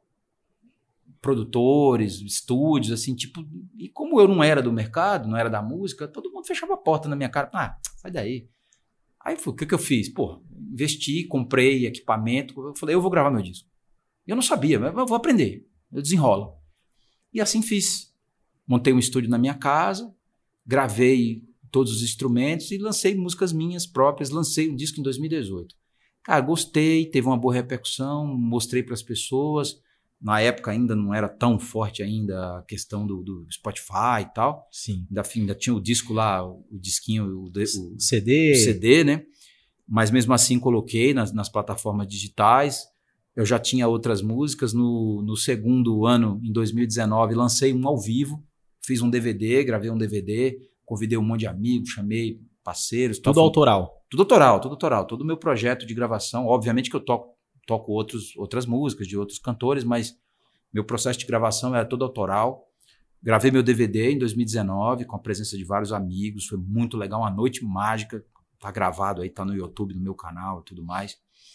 produtores, estúdios, assim, tipo... E como eu não era do mercado, não era da música, todo mundo fechava a porta na minha cara. Sai daí. Aí o que eu fiz? Investi, comprei equipamento, eu falei, eu vou gravar meu disco. Eu não sabia, mas eu vou aprender, eu desenrolo. E assim fiz. Montei um estúdio na minha casa, gravei todos os instrumentos e lancei músicas minhas próprias, lancei um disco em 2018. Cara, gostei, teve uma boa repercussão, mostrei para as pessoas. Na época ainda não era tão forte ainda a questão do Spotify e tal. Sim. Ainda tinha o disco lá, o disquinho, o CD. O CD, né? Mas mesmo assim coloquei nas plataformas digitais. Eu já tinha outras músicas. No segundo ano, em 2019, lancei um ao vivo. Fiz um DVD, gravei um DVD, convidei um monte de amigos, chamei parceiros. Tudo autoral? Tudo autoral. Todo o meu projeto de gravação. Obviamente que eu toco outras músicas de outros cantores, mas meu processo de gravação era todo autoral. Gravei meu DVD em 2019 com a presença de vários amigos, foi muito legal, uma noite mágica, tá gravado aí, tá no YouTube, no meu canal e tudo mais.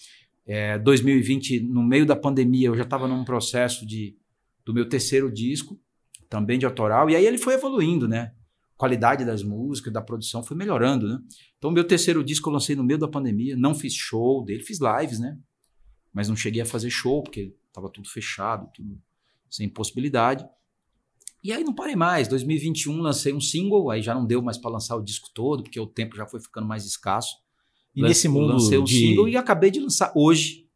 2020, no meio da pandemia, eu já estava num processo do meu terceiro disco, também de autoral, e aí ele foi evoluindo, né? A qualidade das músicas, da produção foi melhorando, né? Então, meu terceiro disco eu lancei no meio da pandemia, não fiz show dele, fiz lives, né? Mas não cheguei a fazer show, porque estava tudo fechado, tudo sem possibilidade. E aí não parei mais. 2021 lancei um single, aí já não deu mais para lançar o disco todo, porque o tempo já foi ficando mais escasso. E nesse mundo lancei um single e acabei de lançar hoje.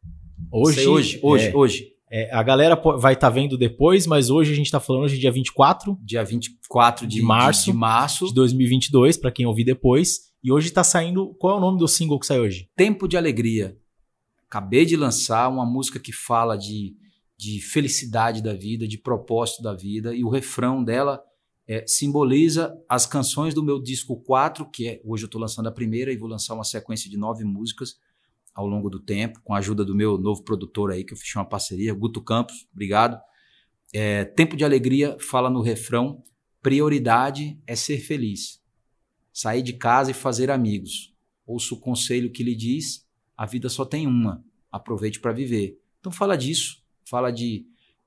Hoje. A galera vai estar vendo depois, mas hoje a gente está falando hoje dia 24. Dia 24 de março de 2022, para quem ouvir depois. E hoje está saindo... Qual é o nome do single que sai hoje? Tempo de Alegria. Acabei de lançar uma música que fala de felicidade da vida, de propósito da vida, e o refrão dela simboliza as canções do meu disco 4, que hoje eu estou lançando a primeira e vou lançar uma sequência de 9 músicas ao longo do tempo, com a ajuda do meu novo produtor aí, que eu fechei uma parceria, Guto Campos, obrigado. Tempo de Alegria fala no refrão, prioridade é ser feliz. sair de casa e fazer amigos. Ouça o conselho que lhe diz, a vida só tem uma, aproveite para viver. Então fala disso, fala de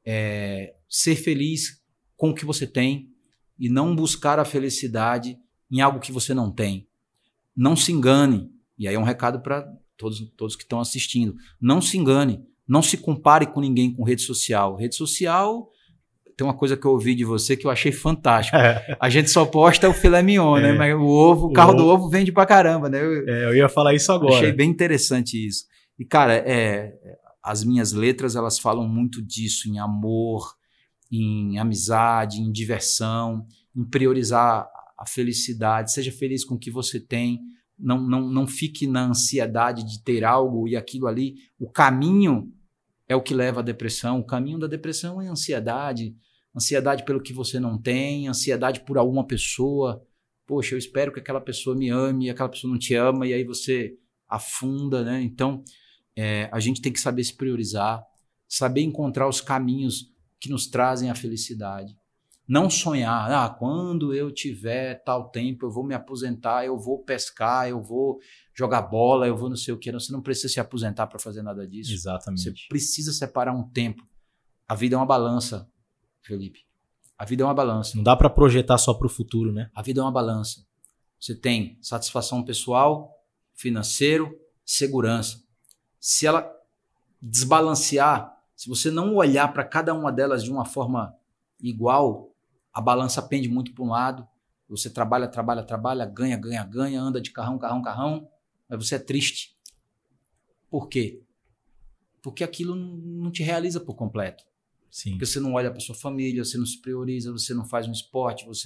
ser feliz com o que você tem e não buscar a felicidade em algo que você não tem. Não se engane, e aí é um recado para todos que estão assistindo, não se engane, não se compare com ninguém com rede social. Rede social, tem uma coisa que eu ouvi de você que eu achei fantástico. A gente só posta o filé mignon, né? Mas o carro do ovo vende pra caramba, né? Eu ia falar isso agora. Achei bem interessante isso. E, cara, as minhas letras, elas falam muito disso, em amor, em amizade, em diversão, em priorizar a felicidade. Seja feliz com o que você tem. Não fique na ansiedade de ter algo e aquilo ali. O caminho é o que leva à depressão. O caminho da depressão é a ansiedade. Ansiedade pelo que você não tem, ansiedade por alguma pessoa. Poxa, eu espero que aquela pessoa me ame e aquela pessoa não te ama e aí você afunda, né? Então, a gente tem que saber se priorizar, saber encontrar os caminhos que nos trazem a felicidade. Não sonhar, quando eu tiver tal tempo, eu vou me aposentar, eu vou pescar, eu vou jogar bola, eu vou não sei o que. Você não precisa se aposentar para fazer nada disso. Exatamente. Você precisa separar um tempo. A vida é uma balança, Felipe. A vida é uma balança. Não dá para projetar só para o futuro, né? A vida é uma balança. Você tem satisfação pessoal, financeiro, segurança. Se ela desbalancear, se você não olhar para cada uma delas de uma forma igual, a balança pende muito para um lado, você trabalha, ganha, anda de carrão, mas você é triste. Por quê? Porque aquilo não te realiza por completo. Sim. Porque você não olha para sua família, você não se prioriza, você não faz um esporte, você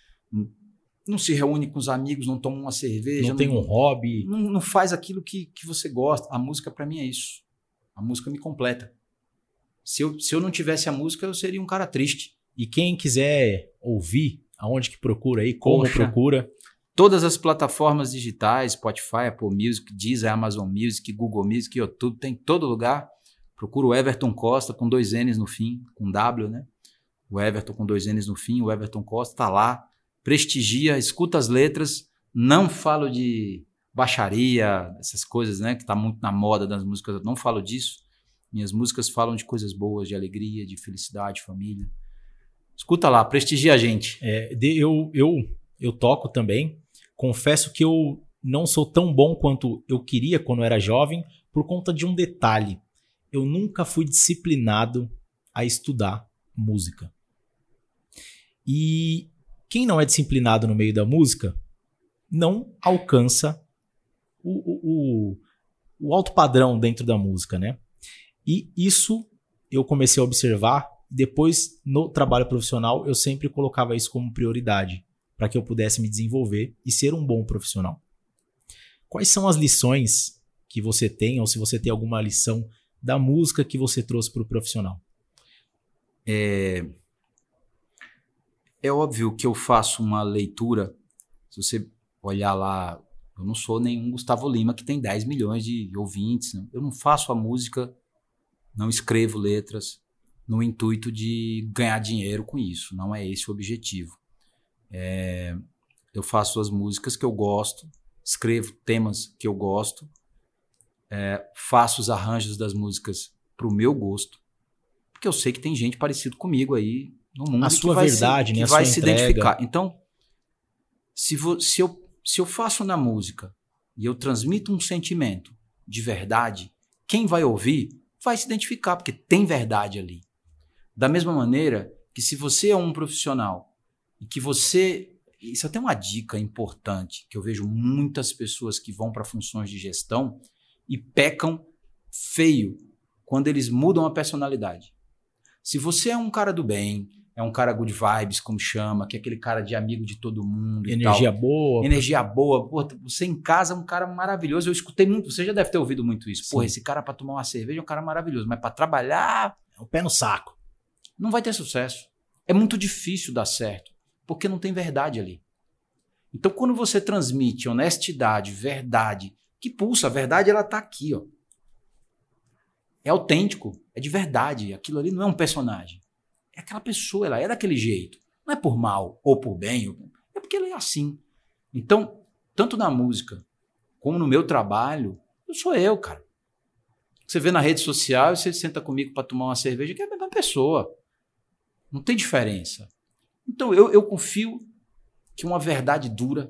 não se reúne com os amigos, não toma uma cerveja. Não tem um hobby. Não faz aquilo que você gosta. A música para mim é isso. A música me completa. Se eu não tivesse a música, eu seria um cara triste. E quem quiser ouvir, aonde que procura aí, como procura? Todas as plataformas digitais, Spotify, Apple Music, Deezer, Amazon Music, Google Music, YouTube, tem em todo lugar. Procura o Everton Costa com 2 N's no fim, com W, né? O Everton com 2 N's no fim, o Everton Costa tá lá. Prestigia, escuta as letras. Não falo de baixaria, essas coisas, né? Que tá muito na moda das músicas. Eu não falo disso. Minhas músicas falam de coisas boas, de alegria, de felicidade, família. Escuta lá, prestigia a gente. Eu toco também. Confesso que eu não sou tão bom quanto eu queria quando eu era jovem, por conta de um detalhe. Eu nunca fui disciplinado a estudar música. E quem não é disciplinado no meio da música não alcança o alto padrão dentro da música, né? E isso eu comecei a observar. Depois, no trabalho profissional, eu sempre colocava isso como prioridade, para que eu pudesse me desenvolver e ser um bom profissional. Quais são as lições que você tem, ou se você tem alguma lição da música que você trouxe para o profissional? É óbvio que eu faço uma leitura. Se você olhar lá, eu não sou nenhum Gustavo Lima que tem 10 milhões de ouvintes. Não. Eu não faço a música, não escrevo letras no intuito de ganhar dinheiro com isso. Não é esse o objetivo. Eu faço as músicas que eu gosto, escrevo temas que eu gosto, faço os arranjos das músicas para o meu gosto, porque eu sei que tem gente parecida comigo aí no mundo a sua verdade, que vai se identificar. Então, se eu faço na música e eu transmito um sentimento de verdade, quem vai ouvir vai se identificar, porque tem verdade ali. Da mesma maneira que se você é um profissional e que você... Isso é até uma dica importante, que eu vejo muitas pessoas que vão para funções de gestão e pecam feio quando eles mudam a personalidade. Se você é um cara do bem, é um cara good vibes, como chama, que é aquele cara de amigo de todo mundo. Energia boa. Energia boa. Pô, você em casa é um cara maravilhoso. Eu escutei muito, você já deve ter ouvido muito isso. Pô, esse cara para tomar uma cerveja é um cara maravilhoso, mas para trabalhar... É um pé no saco. Não vai ter sucesso. É muito difícil dar certo, porque não tem verdade ali. Então, quando você transmite honestidade, verdade, que pulsa, a verdade ela tá aqui, ó. É autêntico, é de verdade. Aquilo ali não é um personagem. É aquela pessoa, ela é daquele jeito. Não é por mal ou por bem, é porque ela é assim. Então, tanto na música como no meu trabalho, eu sou eu, cara. Você vê na rede social e você senta comigo para tomar uma cerveja, que é a mesma pessoa. Não tem diferença. Então, eu confio que uma verdade dura,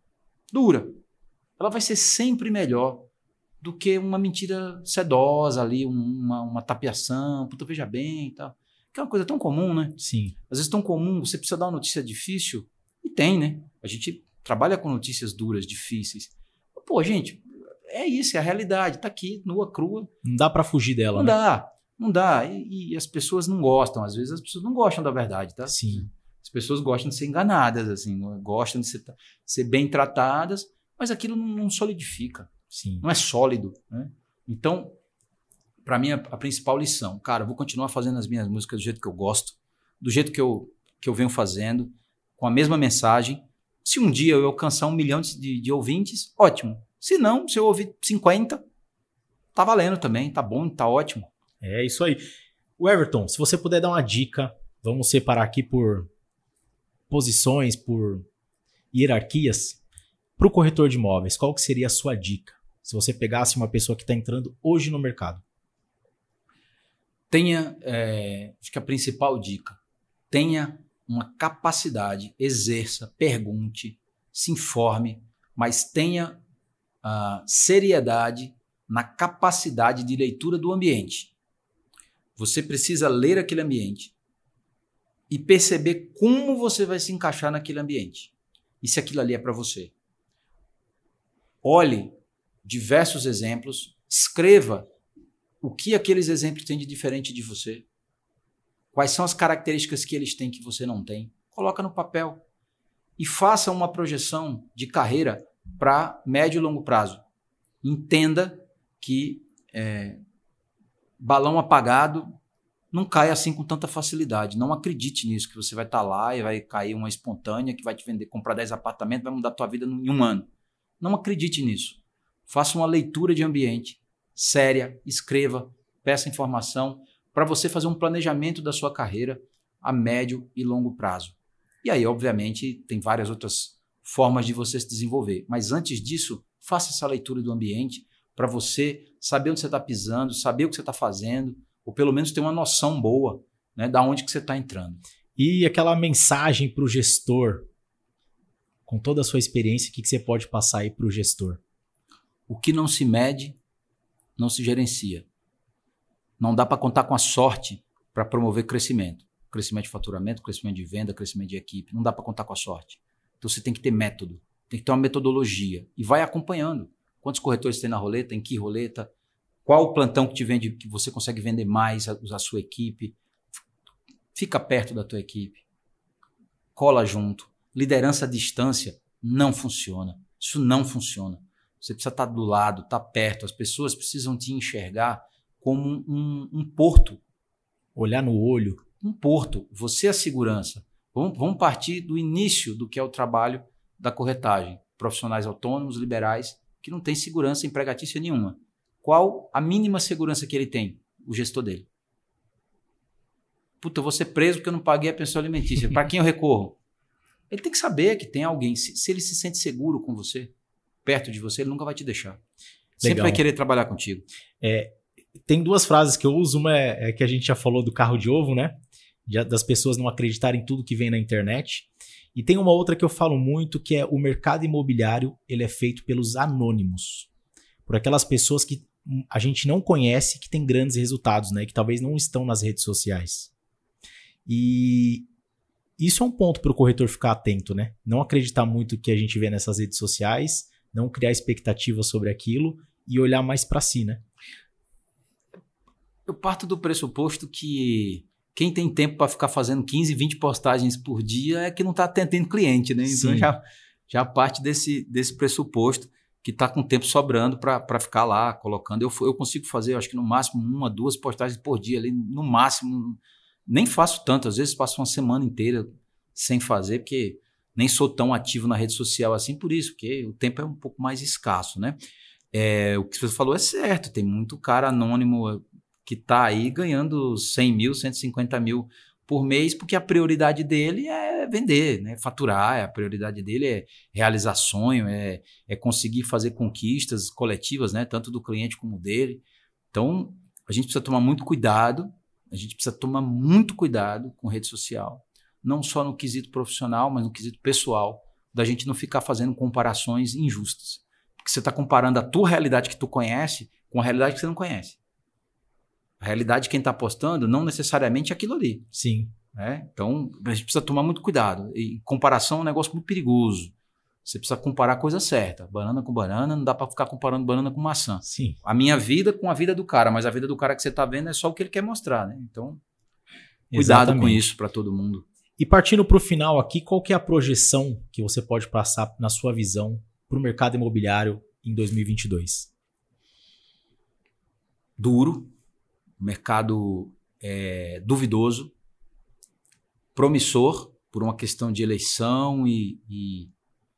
ela vai ser sempre melhor do que uma mentira sedosa ali, uma tapeação, puta, veja bem e tal. Que é uma coisa tão comum, né? Sim. Às vezes tão comum, você precisa dar uma notícia difícil, e tem, né? A gente trabalha com notícias duras, difíceis. Pô, gente, é isso, é a realidade, tá aqui, nua, crua. Não dá para fugir dela, Não né? dá, não dá. E as pessoas não gostam, às vezes as pessoas não gostam da verdade, tá? Sim. As pessoas gostam de ser enganadas, assim, gostam de ser bem tratadas, mas aquilo não solidifica. Sim. Não é sólido, né? Então, para mim, a principal lição, cara, eu vou continuar fazendo as minhas músicas do jeito que eu gosto, do jeito que eu venho fazendo, com a mesma mensagem. Se um dia eu alcançar 1 milhão de ouvintes, ótimo. Se não, se eu ouvir 50, tá valendo também, tá bom, tá ótimo. É isso aí. O Everton, se você puder dar uma dica, vamos separar aqui por posições, por hierarquias, para o corretor de imóveis, qual que seria a sua dica? Se você pegasse uma pessoa que está entrando hoje no mercado. Acho que a principal dica, tenha uma capacidade, exerça, pergunte, se informe, mas tenha seriedade na capacidade de leitura do ambiente. Você precisa ler aquele ambiente e perceber como você vai se encaixar naquele ambiente e se aquilo ali é para você. Olhe diversos exemplos, escreva o que aqueles exemplos têm de diferente de você, quais são as características que eles têm que você não tem, coloca no papel e faça uma projeção de carreira para médio e longo prazo. Entenda que balão apagado não cai assim com tanta facilidade. Não acredite nisso, que você vai estar lá e vai cair uma espontânea que vai te vender, comprar 10 apartamentos, vai mudar a tua vida em 1 ano. Não acredite nisso. Faça uma leitura de ambiente séria, escreva, peça informação para você fazer um planejamento da sua carreira a médio e longo prazo. E aí, obviamente, tem várias outras formas de você se desenvolver. Mas antes disso, faça essa leitura do ambiente para você saber onde você está pisando, saber o que você está fazendo, ou pelo menos ter uma noção boa, né, da onde que você está entrando. E aquela mensagem para o gestor, com toda a sua experiência, o que você pode passar aí para o gestor? O que não se mede, não se gerencia. Não dá para contar com a sorte para promover crescimento. Crescimento de faturamento, crescimento de venda, crescimento de equipe. Não dá para contar com a sorte. Então você tem que ter método, tem que ter uma metodologia e vai acompanhando. Quantos corretores tem na roleta, em que roleta, qual o plantão que te vende, que você consegue vender mais a sua equipe. Fica perto da tua equipe. Cola junto. Liderança à distância não funciona. Isso não funciona. Você precisa estar do lado, estar perto. As pessoas precisam te enxergar como um porto. Olhar no olho. Um porto. Você é a segurança. Vamos partir do início do que é o trabalho da corretagem. Profissionais autônomos, liberais, que não têm segurança empregatícia nenhuma. Qual a mínima segurança que ele tem? O gestor dele. Puta, eu vou ser preso porque eu não paguei a pensão alimentícia. Para quem eu recorro? Ele tem que saber que tem alguém. Se ele se sente seguro com você, perto de você, ele nunca vai te deixar. Sempre vai querer trabalhar contigo. Tem 2 frases que eu uso. Uma é que a gente já falou do carro de ovo, né? Das pessoas não acreditarem em tudo que vem na internet. E tem uma outra que eu falo muito, que é o mercado imobiliário, ele é feito pelos anônimos. Por aquelas pessoas que a gente não conhece, que tem grandes resultados, né? Que talvez não estão nas redes sociais. E isso é um ponto para o corretor ficar atento, né? Não acreditar muito no que a gente vê nessas redes sociais, não criar expectativa sobre aquilo e olhar mais para si, né? Eu parto do pressuposto que quem tem tempo para ficar fazendo 15, 20 postagens por dia é que não está atendendo cliente, né? Então já parte desse pressuposto que está com tempo sobrando para ficar lá colocando. Eu consigo fazer, acho que no máximo 1, 2 postagens por dia, ali, no máximo. Nem faço tanto, às vezes passo uma semana inteira sem fazer, porque nem sou tão ativo na rede social assim por isso, porque o tempo é um pouco mais escasso, né? O que você falou é certo, tem muito cara anônimo que está aí ganhando 100 mil, 150 mil por mês, porque a prioridade dele é vender, né? Faturar, a prioridade dele é realizar sonho, é conseguir fazer conquistas coletivas, né? Tanto do cliente como dele. Então, a gente precisa tomar muito cuidado, com rede social, não só no quesito profissional, mas no quesito pessoal, da gente não ficar fazendo comparações injustas. Porque você está comparando a tua realidade que tu conhece com a realidade que você não conhece. A realidade de quem está postando não necessariamente é aquilo ali. Sim. Né? Então, a gente precisa tomar muito cuidado. E comparação é um negócio muito perigoso. Você precisa comparar a coisa certa. Banana com banana, não dá para ficar comparando banana com maçã. Sim. A minha vida com a vida do cara, mas a vida do cara que você está vendo é só o que ele quer mostrar. Né? Então, cuidado com isso para todo mundo. E partindo para o final aqui, qual que é a projeção que você pode passar na sua visão para o mercado imobiliário em 2022? Duro, mercado duvidoso, promissor por uma questão de eleição e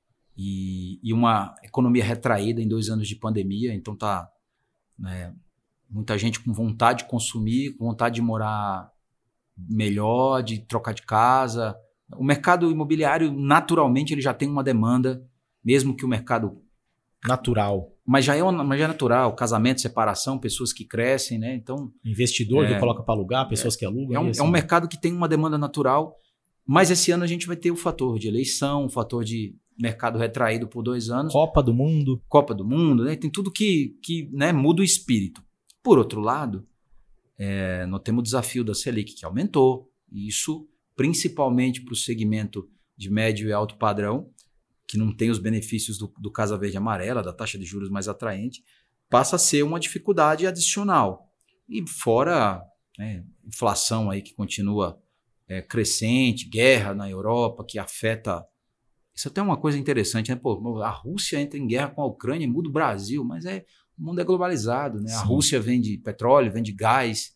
uma economia retraída em 2 anos de pandemia. Então tá, né, muita gente com vontade de consumir, com vontade de morar melhor, de trocar de casa. O mercado imobiliário, naturalmente, ele já tem uma demanda, mesmo que o mercado... Natural. Mas já é natural, casamento, separação, pessoas que crescem, né? Então, investidor que coloca para alugar, pessoas que alugam. É um mercado que tem uma demanda natural, mas esse ano a gente vai ter o fator de eleição, o fator de mercado retraído por 2 anos. Copa do Mundo, né? Tem tudo que né, muda o espírito. Por outro lado, nós temos o desafio da Selic, que aumentou. E isso, principalmente para o segmento de médio e alto padrão, que não tem os benefícios do Casa Verde e Amarela, da taxa de juros mais atraente, passa a ser uma dificuldade adicional. E fora, né, inflação aí que continua crescente, guerra na Europa que afeta... Isso até é uma coisa interessante, né? Pô, a Rússia entra em guerra com a Ucrânia, muda o Brasil, mas o mundo é globalizado, né? A Rússia vende petróleo, vende gás,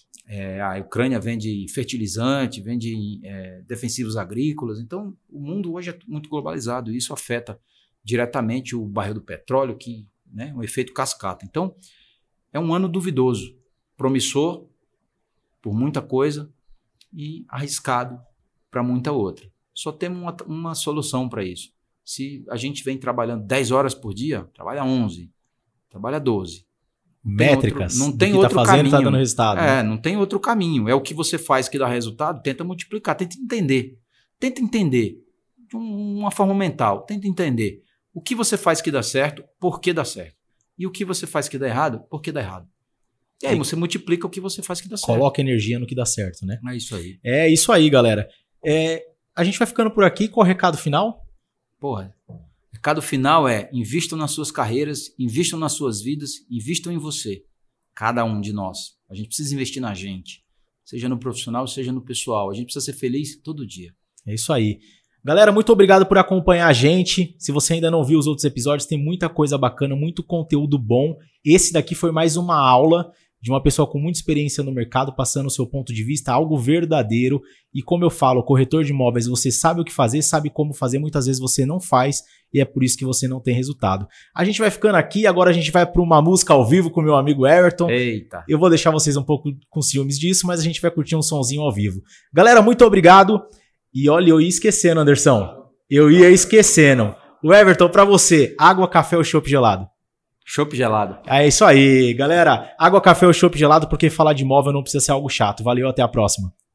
a Ucrânia vende fertilizante, vende defensivos agrícolas. Então, o mundo hoje é muito globalizado e isso afeta diretamente o barril do petróleo, que, né, um efeito cascata. Então, é um ano duvidoso, promissor por muita coisa e arriscado para muita outra. Só temos uma solução para isso. Se a gente vem trabalhando 10 horas por dia, trabalha 11, trabalha 12. Métricas. Não tem outro caminho. Tá dando resultado. Né? Não tem outro caminho. É o que você faz que dá resultado, tenta multiplicar, tenta entender. Tenta entender de uma forma mental. Tenta entender o que você faz que dá certo, por que dá certo. E o que você faz que dá errado, por que dá errado. E aí você multiplica o que você faz que dá certo. Coloca energia no que dá certo, né? É isso aí. É isso aí, galera. A gente vai ficando por aqui. Qual o recado final? Porra, o recado final é: invistam nas suas carreiras, invistam nas suas vidas, invistam em você. Cada um de nós. A gente precisa investir na gente. Seja no profissional, seja no pessoal. A gente precisa ser feliz todo dia. É isso aí. Galera, muito obrigado por acompanhar a gente. Se você ainda não viu os outros episódios, tem muita coisa bacana, muito conteúdo bom. Esse daqui foi mais uma aula de uma pessoa com muita experiência no mercado, passando o seu ponto de vista, algo verdadeiro. E como eu falo, corretor de imóveis, você sabe o que fazer, sabe como fazer, muitas vezes você não faz e é por isso que você não tem resultado. A gente vai ficando aqui, agora a gente vai para uma música ao vivo com o meu amigo Everton. Eita! Eu vou deixar vocês um pouco com ciúmes disso, mas a gente vai curtir um sonzinho ao vivo. Galera, muito obrigado. E olha, eu ia esquecendo, Anderson. Eu ia esquecendo. O Everton, para você, água, café ou chopp gelado? Chopp gelado. É isso aí, galera. Água, café ou chopp gelado, porque falar de imóvel não precisa ser algo chato. Valeu, até a próxima.